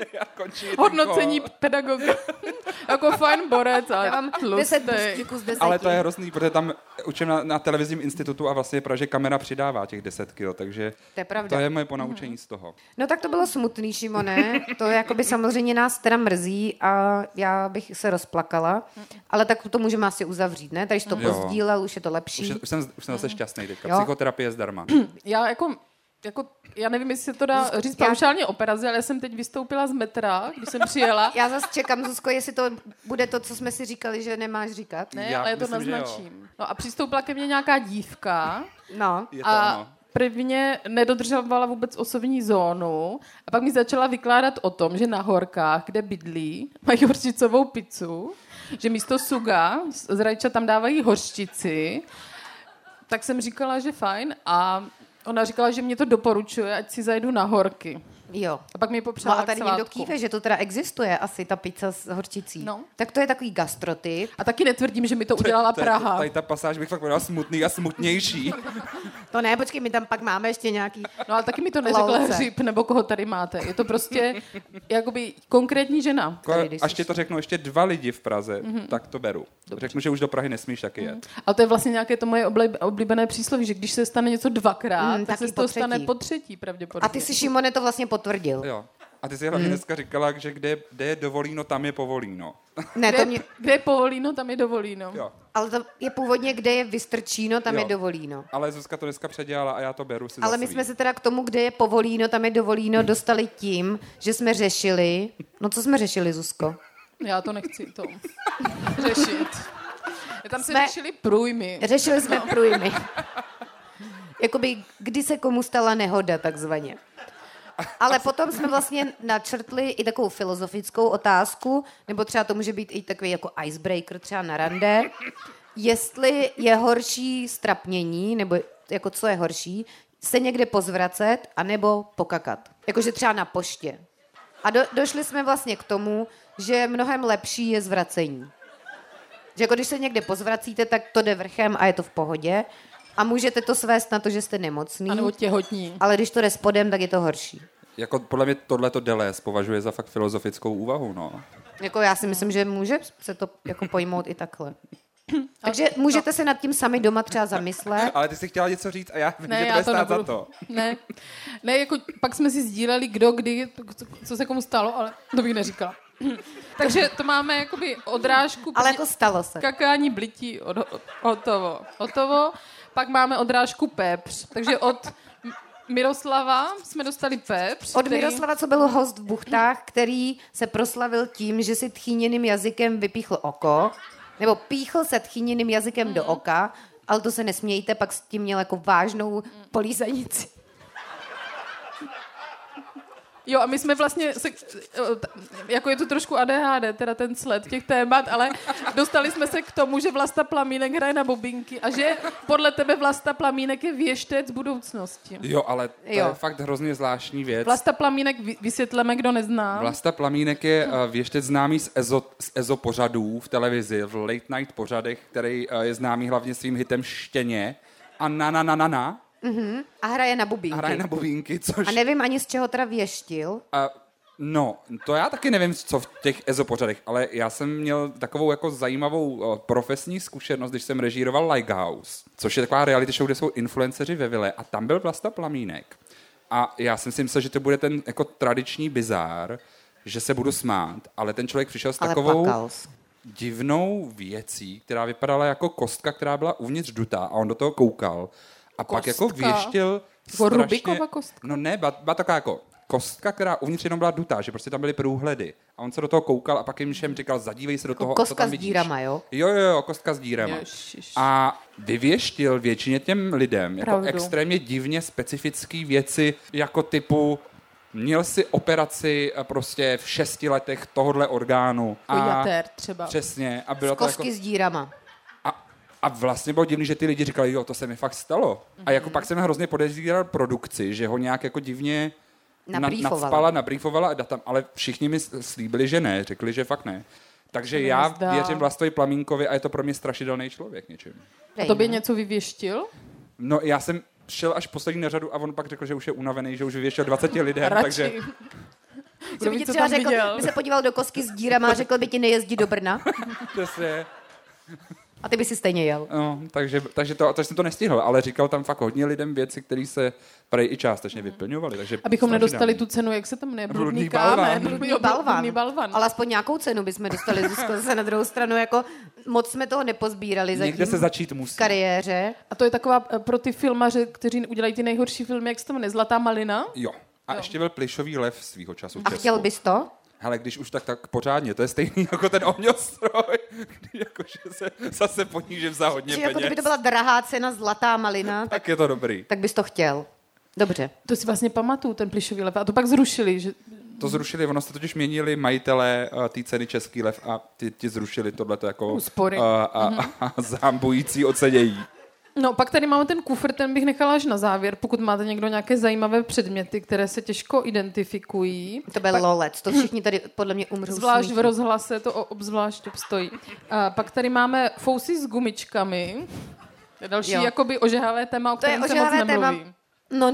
hodnocení pedagoga. Jako fajn borec a
Já mám 10
tlustej.
bustíků z 10.
Ale to je hrozný, protože tam učím na televizním institutu a vlastně je pravda, že kamera přidává těch 10 kilo, takže
To je pravda.
to je moje ponaučení z toho.
No tak to bylo smutný, Šimone. To jakoby samozřejmě nás teda mrzí a já bych se rozplakala. Ale tak to můžeme asi uzavřít, ne? Takže to
Jo.
pozdílel, už je to lepší.
Už jsem zase šťastný teďka.
Jo.
Psychoterapie je zdarma.
Já já nevím, jestli se to dá říct paušálně o Praze, ale já jsem teď vystoupila z metra, když jsem přijela.
Já zase čekám, Zuzko, jestli to bude to, co jsme si říkali, že nemáš říkat.
Ne,
Já
ale já to
myslím, že jo.
naznačím. No a přistoupila ke mně nějaká dívka
No.
Je to
a
ono.
prvně nedodržovala vůbec osobní zónu a pak mi začala vykládat o tom, že na Horkách, kde bydlí, mají hořčicovou pizzu, že místo suga z rajčat tam dávají hořčici. Tak jsem říkala, že fajn a ona říkala, že mě to doporučuje, ať si zajdu na Horky.
Jo.
A pak mi
No
popřála
a
k
tady někdo
svátku.
kýve, že to teda existuje asi, ta pizza s horčicí.
No.
Tak to je takový gastrotyp.
A taky netvrdím, že mi to udělala Praha.
Tady ta pasáž bych fakt povedal smutný a smutnější.
To ne, počkej, my tam pak máme ještě nějaký...
No ale taky mi to neřekla
Lauce.
Hřib, nebo koho tady máte. Je to prostě jakoby konkrétní žena.
Tady, když
Až ti to řeknou ještě 2 lidi v Praze, tak to beru. Řeknu, že už do Prahy nesmíš taky jet.
A to je vlastně nějaké to moje oblíbené přísloví, že když se stane něco dvakrát, tak
taky
se to
po
stane
třetí.
po třetí pravděpodobně.
A ty si, Šimone, to vlastně potvrdil.
Jo. A ty si hlavně dneska říkala, že kde je dovolíno, tam je povolíno.
Ne, to mě...
Kde je povolíno, tam je dovolíno.
Jo.
Ale to je původně, kde je vystrčíno, tam
Jo.
je dovolíno.
Ale Zuzka to dneska předělala a já to beru si
Ale
za
my
svý.
jsme se teda k tomu, kde je povolíno, tam je dovolíno, dostali tím, že jsme řešili... No co jsme řešili, Zuzko?
Já to nechci to řešit. Tam se
Jsme-
řešili průjmy.
Řešili jsme průjmy. Jakoby, kdy se komu stala nehoda, takzvaně. Ale potom jsme vlastně načrtli i takovou filozofickou otázku, nebo třeba to může být i takový jako icebreaker třeba na rande, jestli je horší strapnění, nebo jako co je horší, se někde pozvracet, anebo pokakat. Jakože třeba na poště. A došli jsme vlastně k tomu, že mnohem lepší je zvracení. Že jako když se někde pozvracíte, tak to jde vrchem a je to v pohodě. A můžete to svést na to, že jste nemocný.
A nebo těhotní.
Ale když to jde spodem, tak je to horší.
Jako podle mě tohleto Deleuze považuje za fakt filozofickou úvahu, no.
Jako já si myslím, že může se to jako pojmout i takhle. Takže můžete se nad tím sami doma třeba zamyslet.
Ale ty jsi chtěla něco říct a já vím, že
Ne,
to
já
bude
to
stát za
nebudu.
to.
Ne, jako pak jsme si sdíleli, kdo, kdy, co se komu stalo, ale to bych neříkala. Takže to máme jakoby odrážku.
Ale jako stalo se.
Kakání blití, hotovo. Pak máme odrážku pepř. Takže od Miroslava jsme dostali pepř.
Od Miroslava, co byl host v Buchtách, který se proslavil tím, že si tchýněným jazykem vypíchl oko, nebo píchl se tchýněným jazykem do oka, ale to se nesmějte, pak s tím měl jako vážnou polízanici.
Jo, a my jsme vlastně, jako je to trošku ADHD, teda ten sled těch témat, ale dostali jsme se k tomu, že Vlasta Plamínek hraje na bobinky a že podle tebe Vlasta Plamínek je věštec budoucnosti.
Jo, ale to
Jo.
je fakt hrozně zvláštní věc.
Vlasta Plamínek, vysvětleme, kdo nezná.
Vlasta Plamínek je věštec známý z EZO pořadů v televizi, v late night pořadech, který je známý hlavně svým hitem Štěně a na.
A hraje na bubínky.
Hraje na bobínky, což...
A nevím ani z čeho teda věštil.
No, to já taky nevím, co v těch EZO pořadech, ale já jsem měl takovou jako zajímavou profesní zkušenost, když jsem režíroval Lighthouse, což je taková reality show, kde jsou influenceři ve vile a tam byl Vlasta Plamínek. A já jsem si myslel, že to bude ten jako tradiční bizár, že se budu smát, ale ten člověk přišel s takovou divnou věcí, která vypadala jako kostka, která byla uvnitř dutá a on do toho koukal a pak jako věštil strašně...
Rubikova kostka?
No ne, byla taková jako kostka, která uvnitř jenom byla dutá, že prostě tam byly průhledy. A on se do toho koukal a pak jim všem říkal, zadívej se do toho,
kostka
a co tam
s
vidíš.
dírama, jo?
Jo, kostka s dírama.
Ježiš.
A vyvěštil většině těm lidem jako
Pravdu.
extrémně divně specifické věci, jako typu měl si operaci prostě v 6 letech tohodle orgánu.
Jater třeba.
Přesně. A bylo
Z kostky
to jako...
s dírama.
A vlastně bylo divný, že ty lidi říkali, jo, to se mi fakt stalo. A jako pak jsem hrozně podezíral produkci, že ho nějak jako divně nabrýfovala data, ale všichni mi slíbili, že ne, řekli, že fakt ne. Takže já věřím Vlastovi Plamínkovi a je to pro mě strašidelný člověk něčím.
A to by něco vyvěštil?
No já jsem šel až poslední na řadu a on pak řekl, že už je unavený, že už vyvěštil 20 lidem, takže...
Že by ti třeba řekl, by se podíval do kostky s dírama a řekl by ti nejezdí do Brna.
Přesně.
A ty by si stejně jel.
No, takže jsem to nestihl, ale říkal tam fakt hodně lidem věci, které se prej i částečně vyplňovaly. Takže
abychom nedostali tu cenu, jak se tam jmenuje? Bludný kámen.
Bludný balvan. Ale aspoň nějakou cenu bychom dostali. Zase na druhou stranu, jako moc jsme toho nepozbírali zatím.
Někde se začít musí.
V kariéře.
A to je taková pro ty filmaře, kteří udělají ty nejhorší filmy, jak se to jmenuje? Zlatá malina?
Jo. A ještě byl Plišový lev svýho času.
A chtěl bys to?
Hele, když už tak pořádně, to je stejný jako ten ohňostroj, jakože se zase ponížím za hodně peněz.
Jako kdyby to byla drahá cena zlatá malina,
tak je to dobrý.
Tak bys to chtěl. Dobře.
To si vlastně pamatuju, ten Plišový lev. A to pak zrušili, že...
To zrušili, ono se totiž měnili majitelé té ceny Český lev a ti zrušili tohleto jako a zámbující ocenění.
No, pak tady máme ten kufr, ten bych nechala až na závěr, pokud máte někdo nějaké zajímavé předměty, které se těžko identifikují.
To byl lolec, to všichni tady podle mě umřou.
Zvlášť v rozhlase to obzvlášť obstojí. A pak tady máme fousy s gumičkami. To je další jakoby ožehavé téma, o kterém se moc nemluví.
No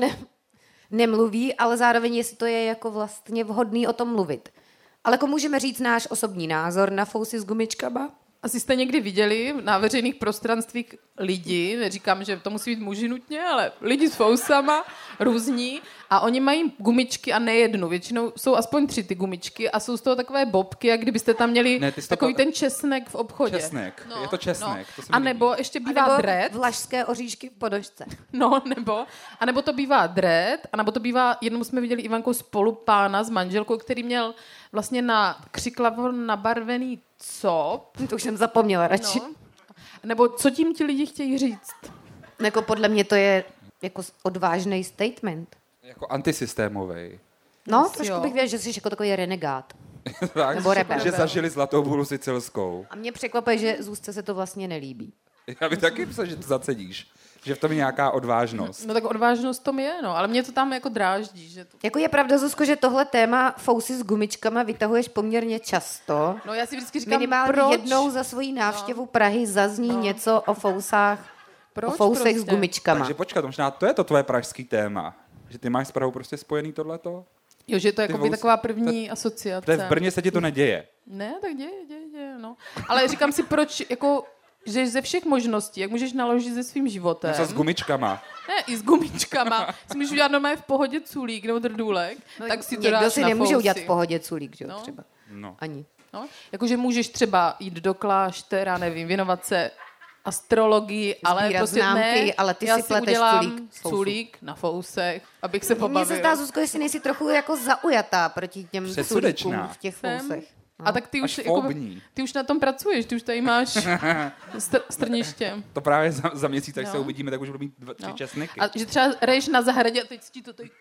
nemluví, ale zároveň jestli to je jako vlastně vhodný o tom mluvit. Ale jako můžeme říct náš osobní názor na fousy s gumičkama?
Asi jste někdy viděli na veřejných prostranstvích lidi, neříkám, že to musí být muži nutně, ale lidi s fousama, různí, a oni mají gumičky a nejednu. Většinou jsou aspoň 3 ty gumičky a jsou z toho takové bobky, jak kdybyste tam měli takový ten česnek v obchodě.
Česnek, je to česnek.
No. A nebo ještě bývá dret.
Vlašské oříšky v podožce.
No, nebo to bývá dret, a nebo to bývá, jednou jsme viděli Ivankou spolupána s manželkou, který měl vlastně na křiklavo nabarvený cop.
To už jsem zapomněla radši.
No. Nebo co tím ti lidi chtějí říct?
Jako podle mě to je jako odvážný statement.
Jako antisystémovej.
No, trošku bych věděl, že jsi jako takový renegát.
Tak,
nebo rebel.
Že zažili Zlatou bůlu sicilskou.
A mě překvapuje, že Zůzce se to vlastně nelíbí.
Já bych taky myslel, že to zacedíš. Že v tom je nějaká odvážnost.
No tak odvážnost tom je, no, ale mě to tam jako dráždí. Že to...
Jako je pravda, Zuzko, že tohle téma fousy s gumičkama vytahuješ poměrně často.
No já si vždycky říkám,
minimálně
proč?
jednou za svoji návštěvu Prahy zazní něco o fousách, o fousech prostě s gumičkama.
Takže počkat, možná to je to tvoje pražský téma. Že ty máš s Prahou prostě spojený tohleto?
Jo, že to je jako taková první asociace.
V Brně se ti to neděje.
Ne, tak děje, no. Ale říkám si, proč, jako, že ze všech možností, jak můžeš naložit se svým životem.
No, s gumičkama.
Ne, i s gumičkama. Si můžeš udělat normálně v pohodě culík nebo drdůlek, no, tak si to dáš na fousy.
Někdo si nemůže udělat v pohodě culík, že jo, třeba.
No.
Ani.
No, jakože můžeš třeba jít do kláštera, nevím, věnovat se astrologii, ale prostě
známky,
ne,
ale ty
já
si pleteš
udělám culík na fousech, abych se pobavil.
Mně se zdá, Zuzko, jestli nejsi trochu jako zaujatá proti těm culíkům v těch fousech.
No. A tak ty už, jako, ty už na tom pracuješ, ty už tady máš strniště.
To právě za měsíc, tak se uvidíme, tak už budu mít 3 česneky.
A že třeba rejš na zahradě a teď ti to tady...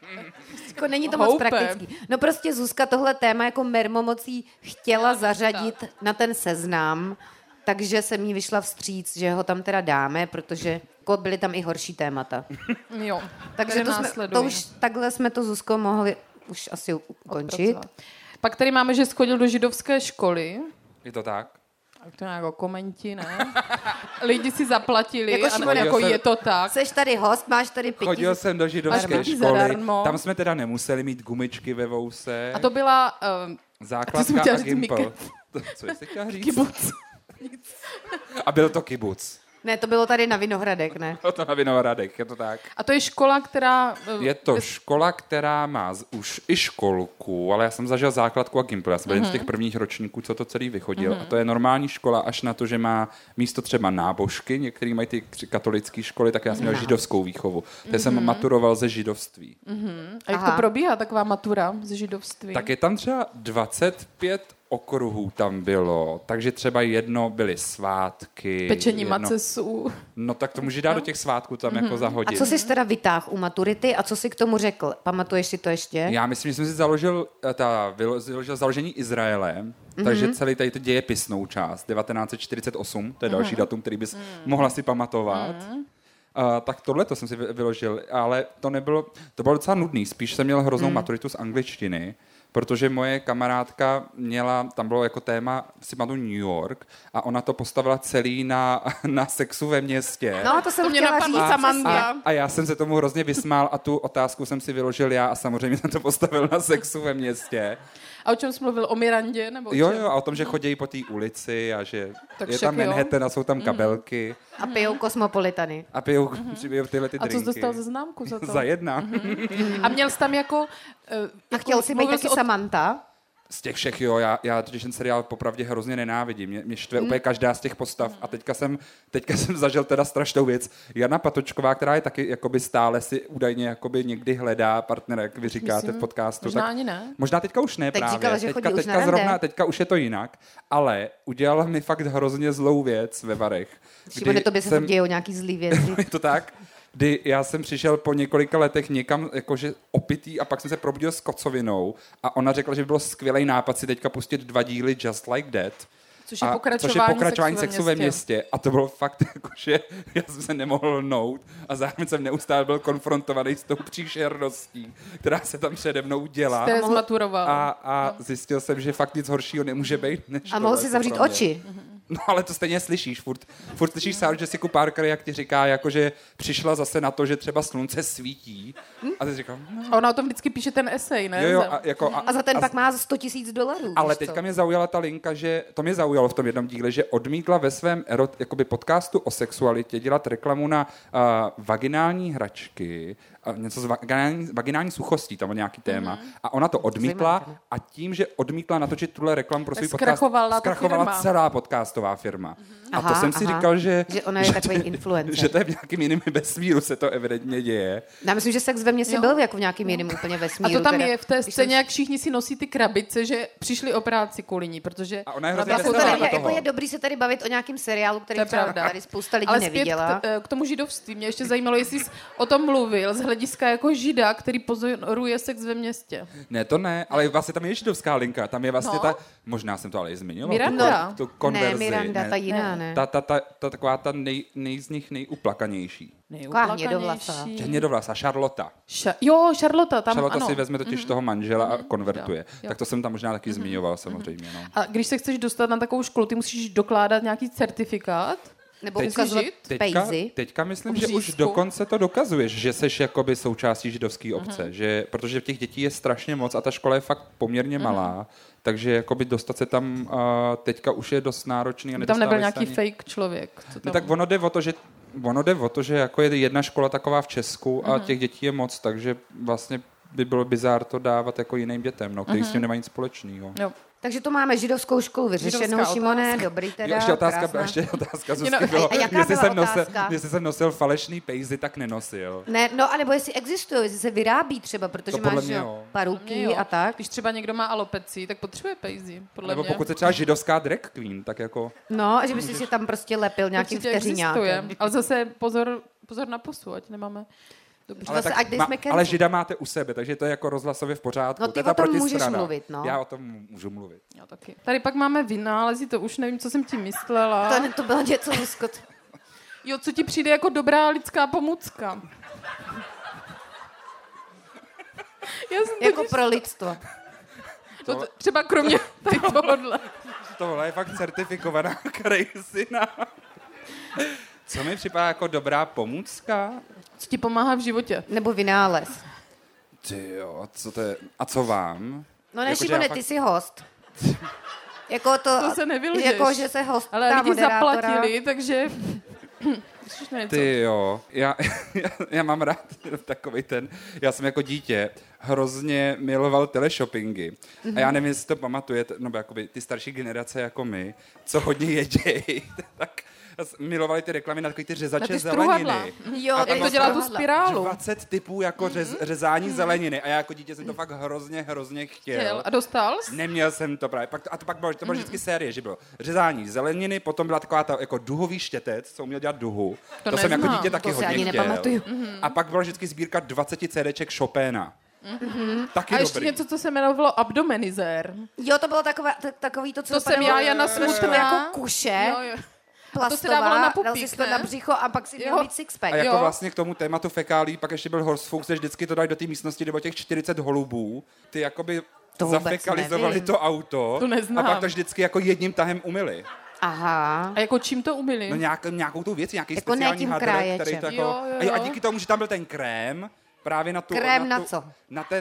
Jako není to moc praktický. No prostě Zuzka tohle téma jako mermomocí chtěla zařadit na ten seznam, takže jsem jí vyšla vstříc, že ho tam teda dáme, protože byly tam i horší témata.
Jo,
takže to už takhle jsme to, Zuzko, mohli už asi ukončit.
Pak tady máme, že schodil do židovské školy.
Je to tak?
Tak to jako komenti, ne? Lidi si zaplatili jako je to tak.
Seš tady host, máš tady pití.
Chodil jsem do židovské školy, tam jsme teda nemuseli mít gumičky ve vouse.
A to byla
základka a gimpl. Co jsi chtěla říct?
Kibuc.
A byl to kibuc.
Ne, to bylo tady na Vinohradech, ne?
Bylo to na Vinohradech, je to tak.
A to je škola, která...
Je to škola, která má už i školku, ale já jsem zažil základku a gimpl. Já jsem byl jeden z těch prvních ročníků, co to celý vychodil. A to je normální škola až na to, že má místo třeba nábožky, některý mají ty katolické školy, tak já jsem měl židovskou výchovu. Takže jsem maturoval ze židovství.
A jak to probíhá, taková matura ze židovství?
Tak je tam třeba 25 okruhů tam bylo, takže třeba jedno byly svátky.
Pečení macesů.
No tak to může dát do těch svátků tam jako zahodit.
A co jsi teda vytáhl u maturity a co jsi k tomu řekl? Pamatuješ si to ještě?
Já myslím, že jsem si založil založení Izraele, takže celý tady to dějepisnou část, 1948, to je další datum, který bys mohla si pamatovat. Tak tohle to jsem si vyložil, ale to bylo docela nudný, spíš jsem měl hroznou maturitu z angličtiny, protože moje kamarádka měla, tam bylo jako téma, si pamatuju New York, a ona to postavila celý na sexu ve městě.
No, to jsem chtěla říct,
Samantha.
A já jsem se tomu hrozně vysmál a tu otázku jsem si vyložil já a samozřejmě jsem to postavil na sexu ve městě.
A o čem jsi mluvil? O Mirandě? Nebo
Jo, a o tom, že chodí po té ulici a že
tak
je tam Manhattan a jsou tam kabelky.
A pijou kosmopolitany.
A pijou tyhle ty drinky.
A co jsi dostal za známku za to?
Za 1.
A měl jsi tam jako...
A chtěl jsi být taky Samantha?
Z těch všech, jo, já totiž ten seriál popravdě hrozně nenávidím. Mě štve úplně každá z těch postav. A teďka jsem zažil teda strašnou věc. Jana Patočková, která je taky jakoby stále si údajně jakoby někdy hledá partnera, jak vy říkáte v podcastu.
Možná
tak,
ani ne.
Možná teďka už ne
teď
právě.
Říkala, že chodí už na
teďka už je to jinak. Ale udělala mi fakt hrozně zlou věc ve Varech.
Šimone, tobě se dějou nějaký zlý věci.
Je to tak? Kdy já jsem přišel po několika letech někam jakože opitý a pak jsem se probudil s kocovinou a ona řekla, že by bylo skvělý nápad si teďka pustit 2 díly Just Like That.
Což je pokračování
sexu ve městě. A to bylo fakt jakože já jsem se nemohl lnout a zároveň jsem neustále byl konfrontovaný s tou příšerností, která se tam přede mnou dělá.
Jste zmaturoval.
A zjistil jsem, že fakt nic horšího nemůže být. Než
a mohl si zavřít oči.
No ale to stejně slyšíš, furt slyšíš Sarah Jessica Parker, jak ti říká, jakože přišla zase na to, že třeba slunce svítí. A ty říkám,
no. Ona o tom vždycky píše ten esej, ne?
Jo,
a
za ten pak má $100,000.
Ale teďka mě zaujala ta linka, že to mě zaujalo v tom jednom díle, že odmítla ve svém jakoby podcastu o sexualitě dělat reklamu na vaginální hračky, něco z vaginální suchostí, tam nějaký téma. A ona to odmítla a tím, že odmítla natočit tuhle reklamu pro svůj podcast, zkrachovala celá podcastová firma. A to jsem si říkal, že
ona je takový influencer.
Že to je v nějakým jiném vesmíru se to evidentně děje.
Já myslím, že sex ve městě byl jako v nějakým jiném úplně vesmíru.
A to tam je v té scéně, jak všichni si nosí ty krabice, že přišli o práci kvůli ní, protože...
A ona je hrozně veselá
jako je dobrý se tady bavit o nějakém seriálu, který třeba tady spousta lidí neviděla.
Ale k tomu židovství mě ještě zajímalo, jestli jsi o tom mluvil z hlediska jako žida, který pozoruje sex ve městě.
Ne, to ne, ale vlastně tam je židovská linka, tam je vlastně možná jsem to ale i zmiňoval.
Miranda.
Tu konverzi.
Ne, Miranda, ta jiná, ne.
Ta taková ta z nich nejuplakanější.
Hnědovlasá,
Charlotta.
Charlotta, tam
Charlotta
ano.
si vezme totiž toho manžela a konvertuje. Jo. Tak to jsem tam možná taky zmiňoval samozřejmě. No.
A když se chceš dostat na takovou školu, ty musíš dokládat nějaký certifikát? Nebo ukazovat pejzy?
Teďka myslím, že už dokonce to dokazuješ, že seš jakoby součástí židovské obce, protože těch dětí je strašně moc a ta škola je fakt poměrně malá, takže jakoby dostat se tam teďka už je dost náročný. A
tam nebyl nějaký fake člověk.
No, tak ono jde o to, že jako je jedna škola taková v Česku a těch dětí je moc, takže vlastně by bylo bizár to dávat jako jiným dětem, kteří s tím nemají nic společného.
Takže to máme židovskou školu vyřešenou, Šimone, dobrý teda.
Ještě otázka Zuzky bylo, jestli jsem nosil falešný pejzy, tak nenosil.
Ne, no, anebo jestli existují, jestli se vyrábí třeba, protože to máš paruky a tak.
Když třeba někdo má alopeci, tak potřebuje pejzy, podle
nebo
mě.
pokud se třeba židovská drag queen, tak jako...
No, že by si tam prostě lepil nějakým vteřiňákem.
Ale zase pozor na pusu, ať nemáme...
Dobře,
ale žida máte u sebe, takže to je jako rozhlasově v pořádku.
No ty o tom můžeš mluvit, no.
Já o tom můžu mluvit.
Já taky. Tady pak máme vynálezy, to už nevím, co jsem tím myslela.
To bylo něco skot.
Jo, co ti přijde jako dobrá lidská pomůcka?
Jako pro lidstvo.
To třeba kromě tady tohohle.
Tohle je fakt certifikovaná krejsina. Co mi připadá jako dobrá pomůcka?
Co ti pomáhá v životě?
Nebo vynález.
Ty jo, co to je? A co vám?
No ne, Šimone, ty jsi host. Jako to
se nevylžeš.
Jako, že se host
ale lidi zaplatili, takže...
Ty jo, já mám rád takovej ten, já jsem jako dítě hrozně miloval teleshoppingy. A já nevím, jestli to pamatujete, nebo jakoby ty starší generace jako my, co hodně jedějí, tak milovali ty reklamy na takový ty řezače zeleniny.
Jo, tak to dělá tu spirálu.
20 typů jako řezání zeleniny a já jako dítě jsem to fakt hrozně chtěl.
A dostal jsi?
Neměl jsem to právě. To pak bylo vždycky série, že bylo řezání zeleniny, potom byla taková ta jako duhový štětec, co uměl dělat duhu. To jsem jako dítě taky hodně chtěl. A pak byla vždycky sbírka 20 CDček Chopina. Taky
a ještě
dobrý.
něco, co se jmenovalo abdomenizér.
Jo, to bylo takový to, co
to jsem já Jana Smutná.
Jako kuše.
Jo.
Plastová,
to se dávalo na pupík,
dal si to na břicho a pak si měl mít sixpack.
A jako vlastně k tomu tématu fekálí, pak ještě byl Horsefuchs, že vždycky to dají do té místnosti, kde bylo těch 40 holubů. Ty jakoby zafekalizovali to auto.
To neznám.
A pak to vždycky jako jedním tahem umyli.
Aha.
A jako čím to umyli?
No nějakou tu věc, nějaký
jako
speciální hadr, který to jako...
Jo.
A díky tomu, že tam byl ten krém, právě na tu...
Krém na co?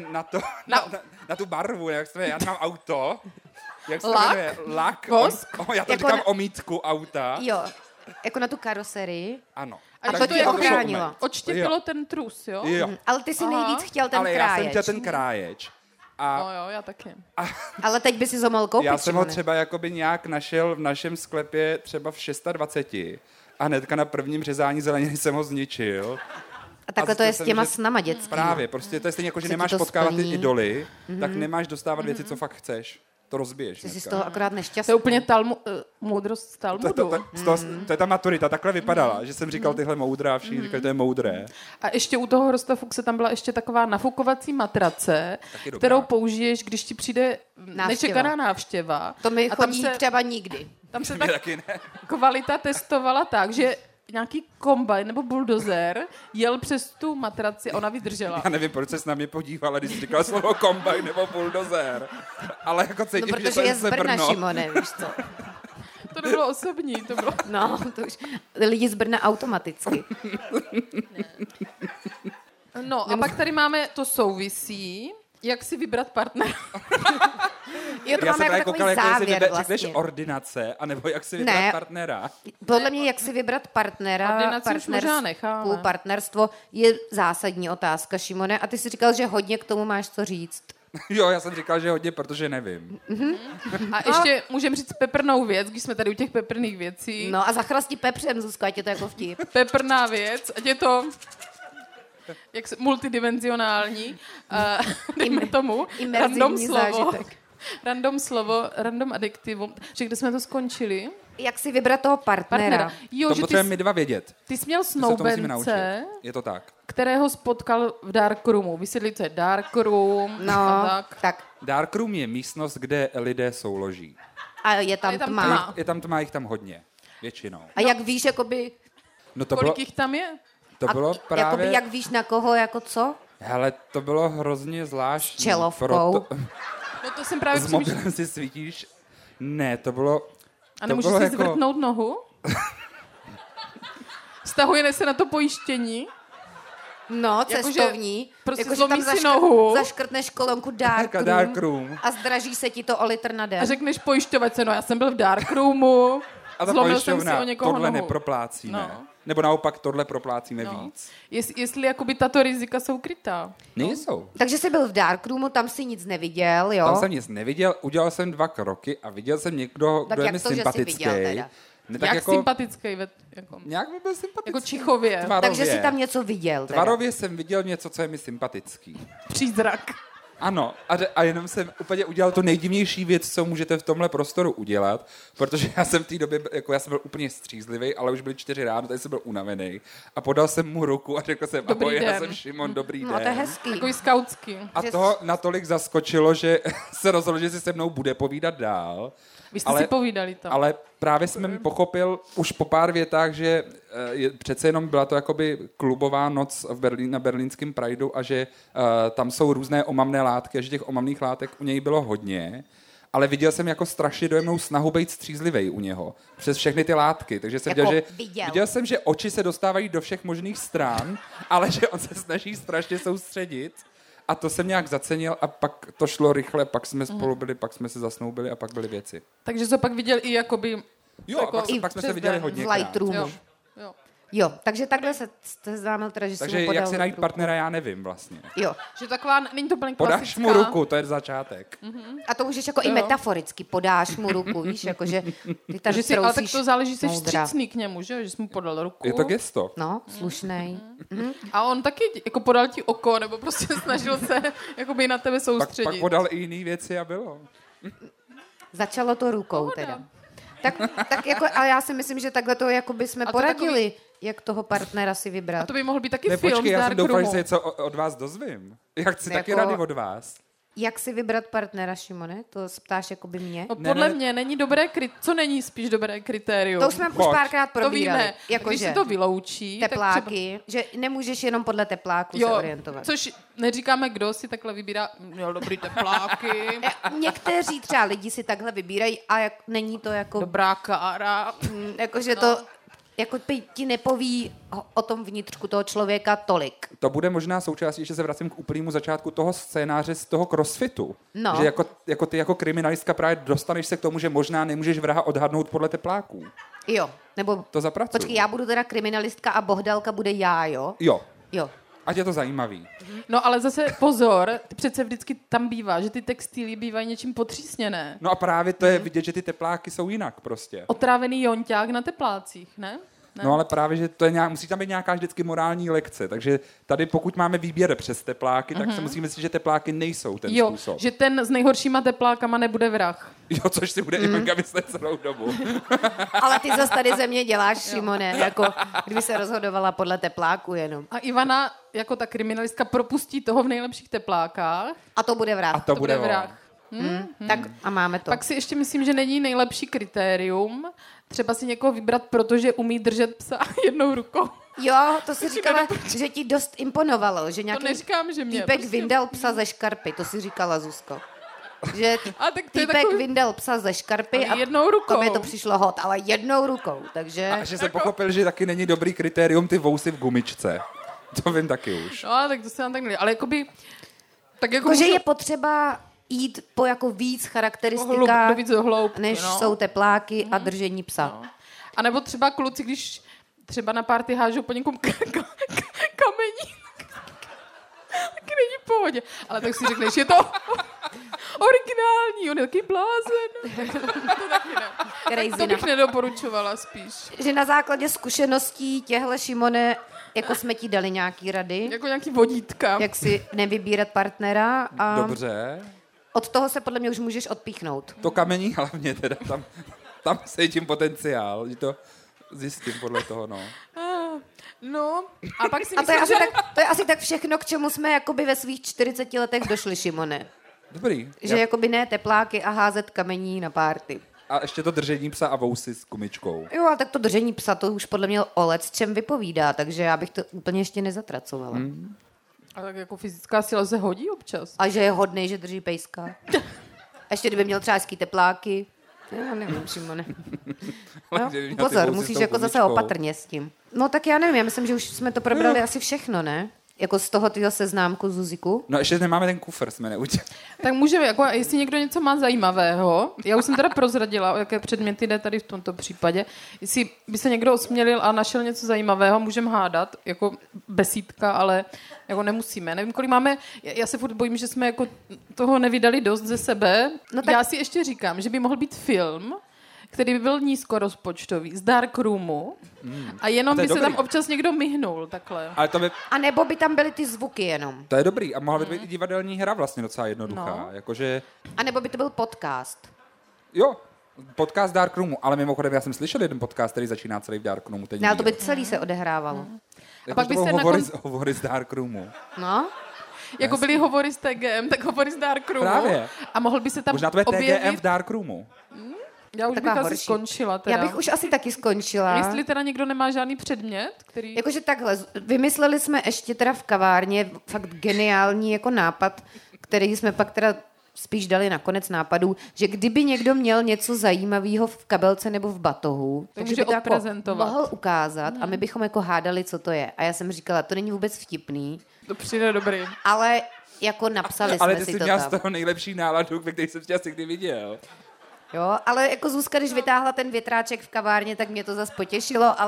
Na tu barvu, jak se jmenuje, já mám auto. Jak se
Lak?
jmenuje? Lak. Já to
jako
říkám omítku auta.
Jo, jako na tu karoserii.
Ano.
A to tě ochránilo.
Odštěpilo ten trus, jo?
Ale ty si nejvíc chtěl ten kráječ.
Ale já jsem chtěl ten kráječ.
No jo, já taky.
Ale teď by si ho mohl koupit.
Já jsem ho třeba jakoby nějak našel v našem sklepě třeba v 26 a hnedka na prvním řezání zeleniny jsem ho zničil.
A takhle to je s těma snama dětskými.
Právě, prostě to je stejně jako, že nemáš potkávat ty idoly, tak nemáš dostávat věci, co fakt chceš. To rozbiješ.
Jsi z toho akorát nešťastný.
To je úplně moudrost z Talmudu.
To je ta maturita, takhle vypadala, že jsem říkal tyhle moudré a všichni říkali, to je moudré.
A ještě u toho Horsta Fuchse tam byla ještě taková nafukovací matrace, kterou použiješ, když ti přijde nečekaná návštěva.
To mi chodí třeba nikdy.
Tam se tak kvalita testovala tak, že nějaký kombajn nebo buldozer jel přes tu matraci a ona vydržela.
Já nevím, proč se s námi podívala, když jsi říkal slovo kombajn nebo buldozer. Ale jako cítím,
že to je z Brna, Šimone, víš co.
To nebylo osobní, to bylo...
No, to už lidi z Brna automaticky.
No a pak tady máme to souvisí, jak si vybrat partnera.
Jo, to
já
máme
jsem
jako
koukala,
takový závěr
jak
vlastně.
řekneš ordinace, anebo jak si vybrat partnera.
Podle mě, jak si vybrat partnera, partnerstvo je zásadní otázka, Šimone. A ty jsi říkal, že hodně k tomu máš co říct.
Jo, já jsem říkal, že hodně, protože nevím.
A ještě můžeme říct peprnou věc, když jsme tady u těch peprných věcí.
No a zachrastí pepřem, Zuzko, ať je to jako vtip.
Peprná věc, ať je to multidimenzionální. Dejme tomu random slovo, random adjektivum. Že kde jsme to skončili?
Jak si vybrat toho partnera.
Jo,
to potřebujeme my dva vědět.
Ty jsi měl snoubence,
je to tak.
Kterého spotkal v Darkroomu. Vysvětli, co je Darkroom.
No, tak.
Darkroom je místnost, kde lidé souloží.
A je tam tma.
Je tam tma, jich tam hodně. Většinou.
A jak víš, jakoby...
No to
kolik jich tam je?
To bylo právě...
Jakoby, jak víš na koho, jako co?
Hele, to bylo hrozně zvláštní.
S čelovkou.
No to jsem právě
s mobilem si svítíš. Ne, to bylo...
A nemůžeš si zvrtnout nohu? Stahuje se na to pojištění?
No, cestovní.
Prostě
jako,
zlomí si nohu.
Zaškrtneš kolonku Darkroom a zdraží se ti to o litr na den.
A řekneš pojišťovačce, no já jsem byl v Darkroomu, zlomil jsem si o někoho
tohle
nohu.
neproplácíme. No. Nebo naopak tohle proplácíme víc.
Jestli jakoby tato rizika jsou krytá.
Nejsou.
Takže jsi byl v Darkroomu, tam si nic neviděl, jo?
Tam jsem nic neviděl, udělal jsem 2 kroky a viděl jsem někdo, kdo je mi sympatický.
Ne, tak jak jako, sympatický? Jako,
nějak by byl sympatický.
Jako čichově.
Tvarově.
Takže jsi tam něco viděl. Teda.
Tvarově jsem viděl něco, co je mi sympatický.
Přízrak.
Ano, a jenom jsem úplně udělal to nejdivnější věc, co můžete v tomhle prostoru udělat, protože já jsem v té době, jako já jsem byl úplně střízlivý, ale už byly 4 ráno, tady jsem byl unavený a podal jsem mu ruku a řekl jsem, ahoj, já jsem Šimon, dobrý den.
No to je hezký.
Takový skautský.
A to natolik zaskočilo, že se rozhodl, že si se mnou bude povídat dál.
Vy jste si povídali tam.
Ale právě jsem pochopil už po pár větách, že přece jenom byla to jakoby klubová noc na berlínském Prideu a že tam jsou různé omamné látky a že těch omamných látek u něj bylo hodně. Ale viděl jsem jako strašně dojemnou snahu být střízlivej u něho. Přes všechny ty látky. Takže jsem
jako
viděl jsem, že oči se dostávají do všech možných stran, ale že on se snaží strašně soustředit. A to jsem nějak zacenil a pak to šlo rychle, pak jsme spolu byli, pak jsme se zasnoubili a pak byly věci.
Takže jsi pak viděl i jakoby...
Jo, jako, pak jsme se viděli hodně
v Lightroomu.
Jo.
Jo, takže takhle se seznámil teda, že
takže
si mu podal
jak si najít
ruku.
partnera, já nevím vlastně.
Jo.
Že taková, není to úplně
Podáš
klasická.
mu ruku, to je začátek.
A to můžeš jako i metaforicky, podáš mu ruku, víš, jakože ty tam
Ale tak to záleží, že jsi
moudra.
vstřícný k němu, že jsi mu podal ruku.
Je to gesto.
No, slušnej.
A on taky jako podal ti oko, nebo prostě snažil se jakoby na tebe
Pak
soustředit.
podal i jiný věci a bylo.
Začalo to rukou teda. Tak jako, ale já si myslím, že takhle to jako by jsme
to
poradili, jak toho partnera si
A
vybrat.
to by mohl být taky
Ne,
film
počkej,
z
já jsem
Dark
doufal, že
Roomu.
se něco od vás dozvím. Já chci taky
Jako-
rady od vás.
Jak si vybrat partnera, Šimone? To ptáš jako by mě?
No, podle
Ne.
mě není dobré co není spíš dobré kritérium?
To už jsme už
Pojď.
párkrát
To
probírali.
víme.
Jako
Když
že
se to vyloučí, tak
tepláky, že nemůžeš jenom podle tepláku se orientovat.
což neříkáme, kdo si takhle vybírá, měl dobrý tepláky,
Někteří třeba lidi si takhle vybírají a není to jako,
dobrá kára.
že to jako ti nepoví o tom vnitřku toho člověka tolik.
To bude možná součástí, že se vracím k úplnému začátku toho scénáře z toho crossfitu.
No.
Že jako ty jako kriminalistka právě dostaneš se k tomu, že možná nemůžeš vraha odhadnout podle tepláků.
Jo, nebo
To zapracuju.
počkej, já budu teda kriminalistka a Bohdalka bude já, jo?
Jo,
Jo.
ať je to zajímavý.
No ale zase pozor, přece vždycky tam bývá, že ty textíly bývají něčím potřísněné.
No a právě to je vidět, že ty tepláky jsou jinak prostě.
Otrávený jonťák na teplácích, ne?
No ale právě, že to je musí tam být nějaká vždycky morální lekce. Takže tady pokud máme výběr přes tepláky, tak se musíme myslet, že tepláky nejsou ten
Jo,
způsob.
že ten s nejhoršíma teplákama nebude vrah.
Jo, což si bude Ivanka myslet celou dobu.
Ale ty zase tady ze mě děláš, Šimone, jako kdyby se rozhodovala podle tepláku jenom.
A Ivana, jako ta kriminalistka, propustí toho v nejlepších teplákách.
A to bude vrah.
A to bude
vrah.
Tak a máme to.
Pak si ještě myslím, že není nejlepší kritérium třeba si někoho vybrat, protože umí držet psa jednou rukou.
Jo, to si říkala, že ti dost imponovalo, že nějaký
neříkám, že mě,
týpek
prostě-
vyndal psa ze škarpy, to si říkala Zuzko. Že
A tak to je
týpek
takový-
vyndal psa ze škarpy
Ale
a
jednou rukou.
to mi to přišlo hot, ale jednou rukou, takže...
A že se pochopil, že taky není dobrý kritérium ty vousy v gumičce. To vím taky už.
No, tak to se nám tak nelí. Ale jakoby... Tak jako
Jakože
můžu-
je potřeba jít po jako víc
do
charakteristikách,
víc do hloubky,
než
no.
jsou tepláky a držení psa.
A nebo třeba kluci, když třeba na party hážou po někom kamení, taky není v pohodě. Ale tak si řekneš, je to originální, on je taky blázen. To taky ne.
Crazy
Tak to bych
na-
nedoporučovala spíš.
Že na základě zkušeností těhle, Šimone, jako jsme ti dali nějaký rady,
Jako nějaký vodítka.
jak si nevybírat partnera a
Dobře.
od toho se podle mě už můžeš odpíchnout.
To kamení hlavně teda, tam cítím potenciál, že to zjistím podle toho, no.
No, a pak si
A to je,
myslím,
asi
že...
tak, to je asi tak všechno, k čemu jsme jakoby ve svých 40 letech došli, Šimone.
Dobrý.
Že jakoby ne tepláky a házet kamení na párty.
A ještě to držení psa a vousy s gumičkou.
Jo, ale tak to držení psa, to už podle mě o čem vypovídá, takže já bych to úplně ještě nezatracovala.
A tak jako fyzická síla se hodí občas.
A že je hodnej, že drží pejska. A ještě kdyby měl třeba hezký tepláky. Já nevím, Šimone.
Ale
No,
kdyby měl ty
pozor,
vousy s
musíš
tou
jako zase
gumičkou.
opatrně s tím. No tak já nevím, já myslím, že už jsme to probrali asi všechno, ne? Jako z toho tvýho seznámku, Zuziku.
No ještě nemáme ten kufr, jsme neudělali.
Tak můžeme, jako jestli někdo něco má zajímavého, já už jsem teda prozradila, o jaké předměty jde tady v tomto případě, jestli by se někdo osmělil a našel něco zajímavého, můžeme hádat, jako besídka, ale jako nemusíme. Nevím, kolik máme, já se furt bojím, že jsme jako toho nevydali dost ze sebe.
No tak-
Já si ještě říkám, že by mohl být film, který by byl nízkorozpočtový, z Dark Roomu, a jenom
A to je
by se
dobrý.
tam občas někdo myhnul, takhle.
Ale
A nebo by tam byly ty zvuky jenom.
to je dobrý. A mohla by být i divadelní hra vlastně docela jednoduchá.
No.
Jakože,
A nebo by to byl podcast.
jo, podcast Dark Roomu. Ale mimochodem, já jsem slyšel jeden podcast, který začíná celý v Dark Roomu. Teď
Ne, ale to by
díl.
celý se odehrávalo.
Jako,
pak
to
byste
budou
na
hovory z Dark Roomu.
No?
Jako byly hovory z TGM, tak hovory z Dark Roomu.
Právě.
A mohl by se tam
Možná to je
objevit...
TGM v Dark Roomu.
Já už bych
Taková
asi
horší.
skončila teda.
Já bych už asi taky skončila.
Jestli teda někdo nemá žádný předmět, který...
Jakože takhle, vymysleli jsme ještě teda v kavárně fakt geniální jako nápad, který jsme pak teda spíš dali na konec nápadů, že kdyby někdo měl něco zajímavého v kabelce nebo v batohu,
Tak
takže
může
by to jako
odprezentovat.
mohl ukázat a my bychom jako hádali, co to je. A já jsem říkala, to není vůbec vtipný,
To přijde dobrý.
ale jako napsali
Ale
jsme
ty
si
jsi
to
měla z
tam.
toho nejlepší náladu, ve který jsem tě asi kdy viděl.
Jo, ale jako Zuzka, když vytáhla ten větráček v kavárně, tak mě to zase potěšilo, ale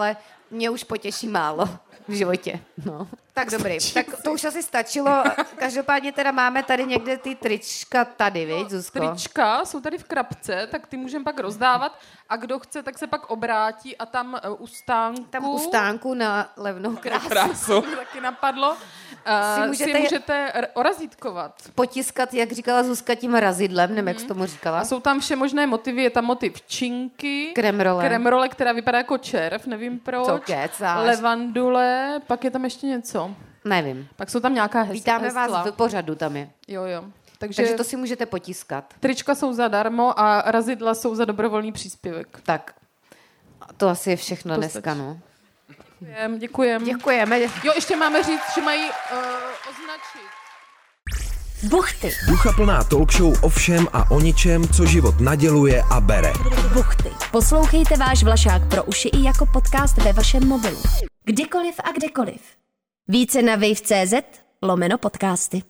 mě už potěší málo v životě. No. Tak dobrý, tak to už asi stačilo. Každopádně teda máme tady někde ty trička tady, viď, Zuzko?
Trička jsou tady v krabce, tak ty můžeme pak rozdávat a kdo chce, tak se pak obrátí a tam u stánku
na levnou krásu.
taky napadlo. Si můžete orazítkovat.
Potiskat, jak říkala Zuzka, tím razidlem, nevím, jak jsi tomu říkala.
A jsou tam vše možné motivy, je tam motiv činky, kremrole, která vypadá jako červ, nevím proč.
Co kecáš?
Levandule, pak je tam ještě něco.
Nevím.
Pak jsou tam nějaká
Vítáme vás v pořadu, tam je.
Jo.
Takže to si můžete potiskat.
Trička jsou zadarmo a razidla jsou za dobrovolný příspěvek.
Tak, to asi je všechno dneska, no. Děkujeme.
Jo, ještě máme říct, že mají označit.
Buchty. Ducha plná talk show o všem a o ničem, co život naděluje a bere.
Buchty. Poslouchejte váš Vlašák pro uši i jako podcast ve vašem mobilu. Kdykoliv a kdekoliv. Více na wave.cz/podcasty.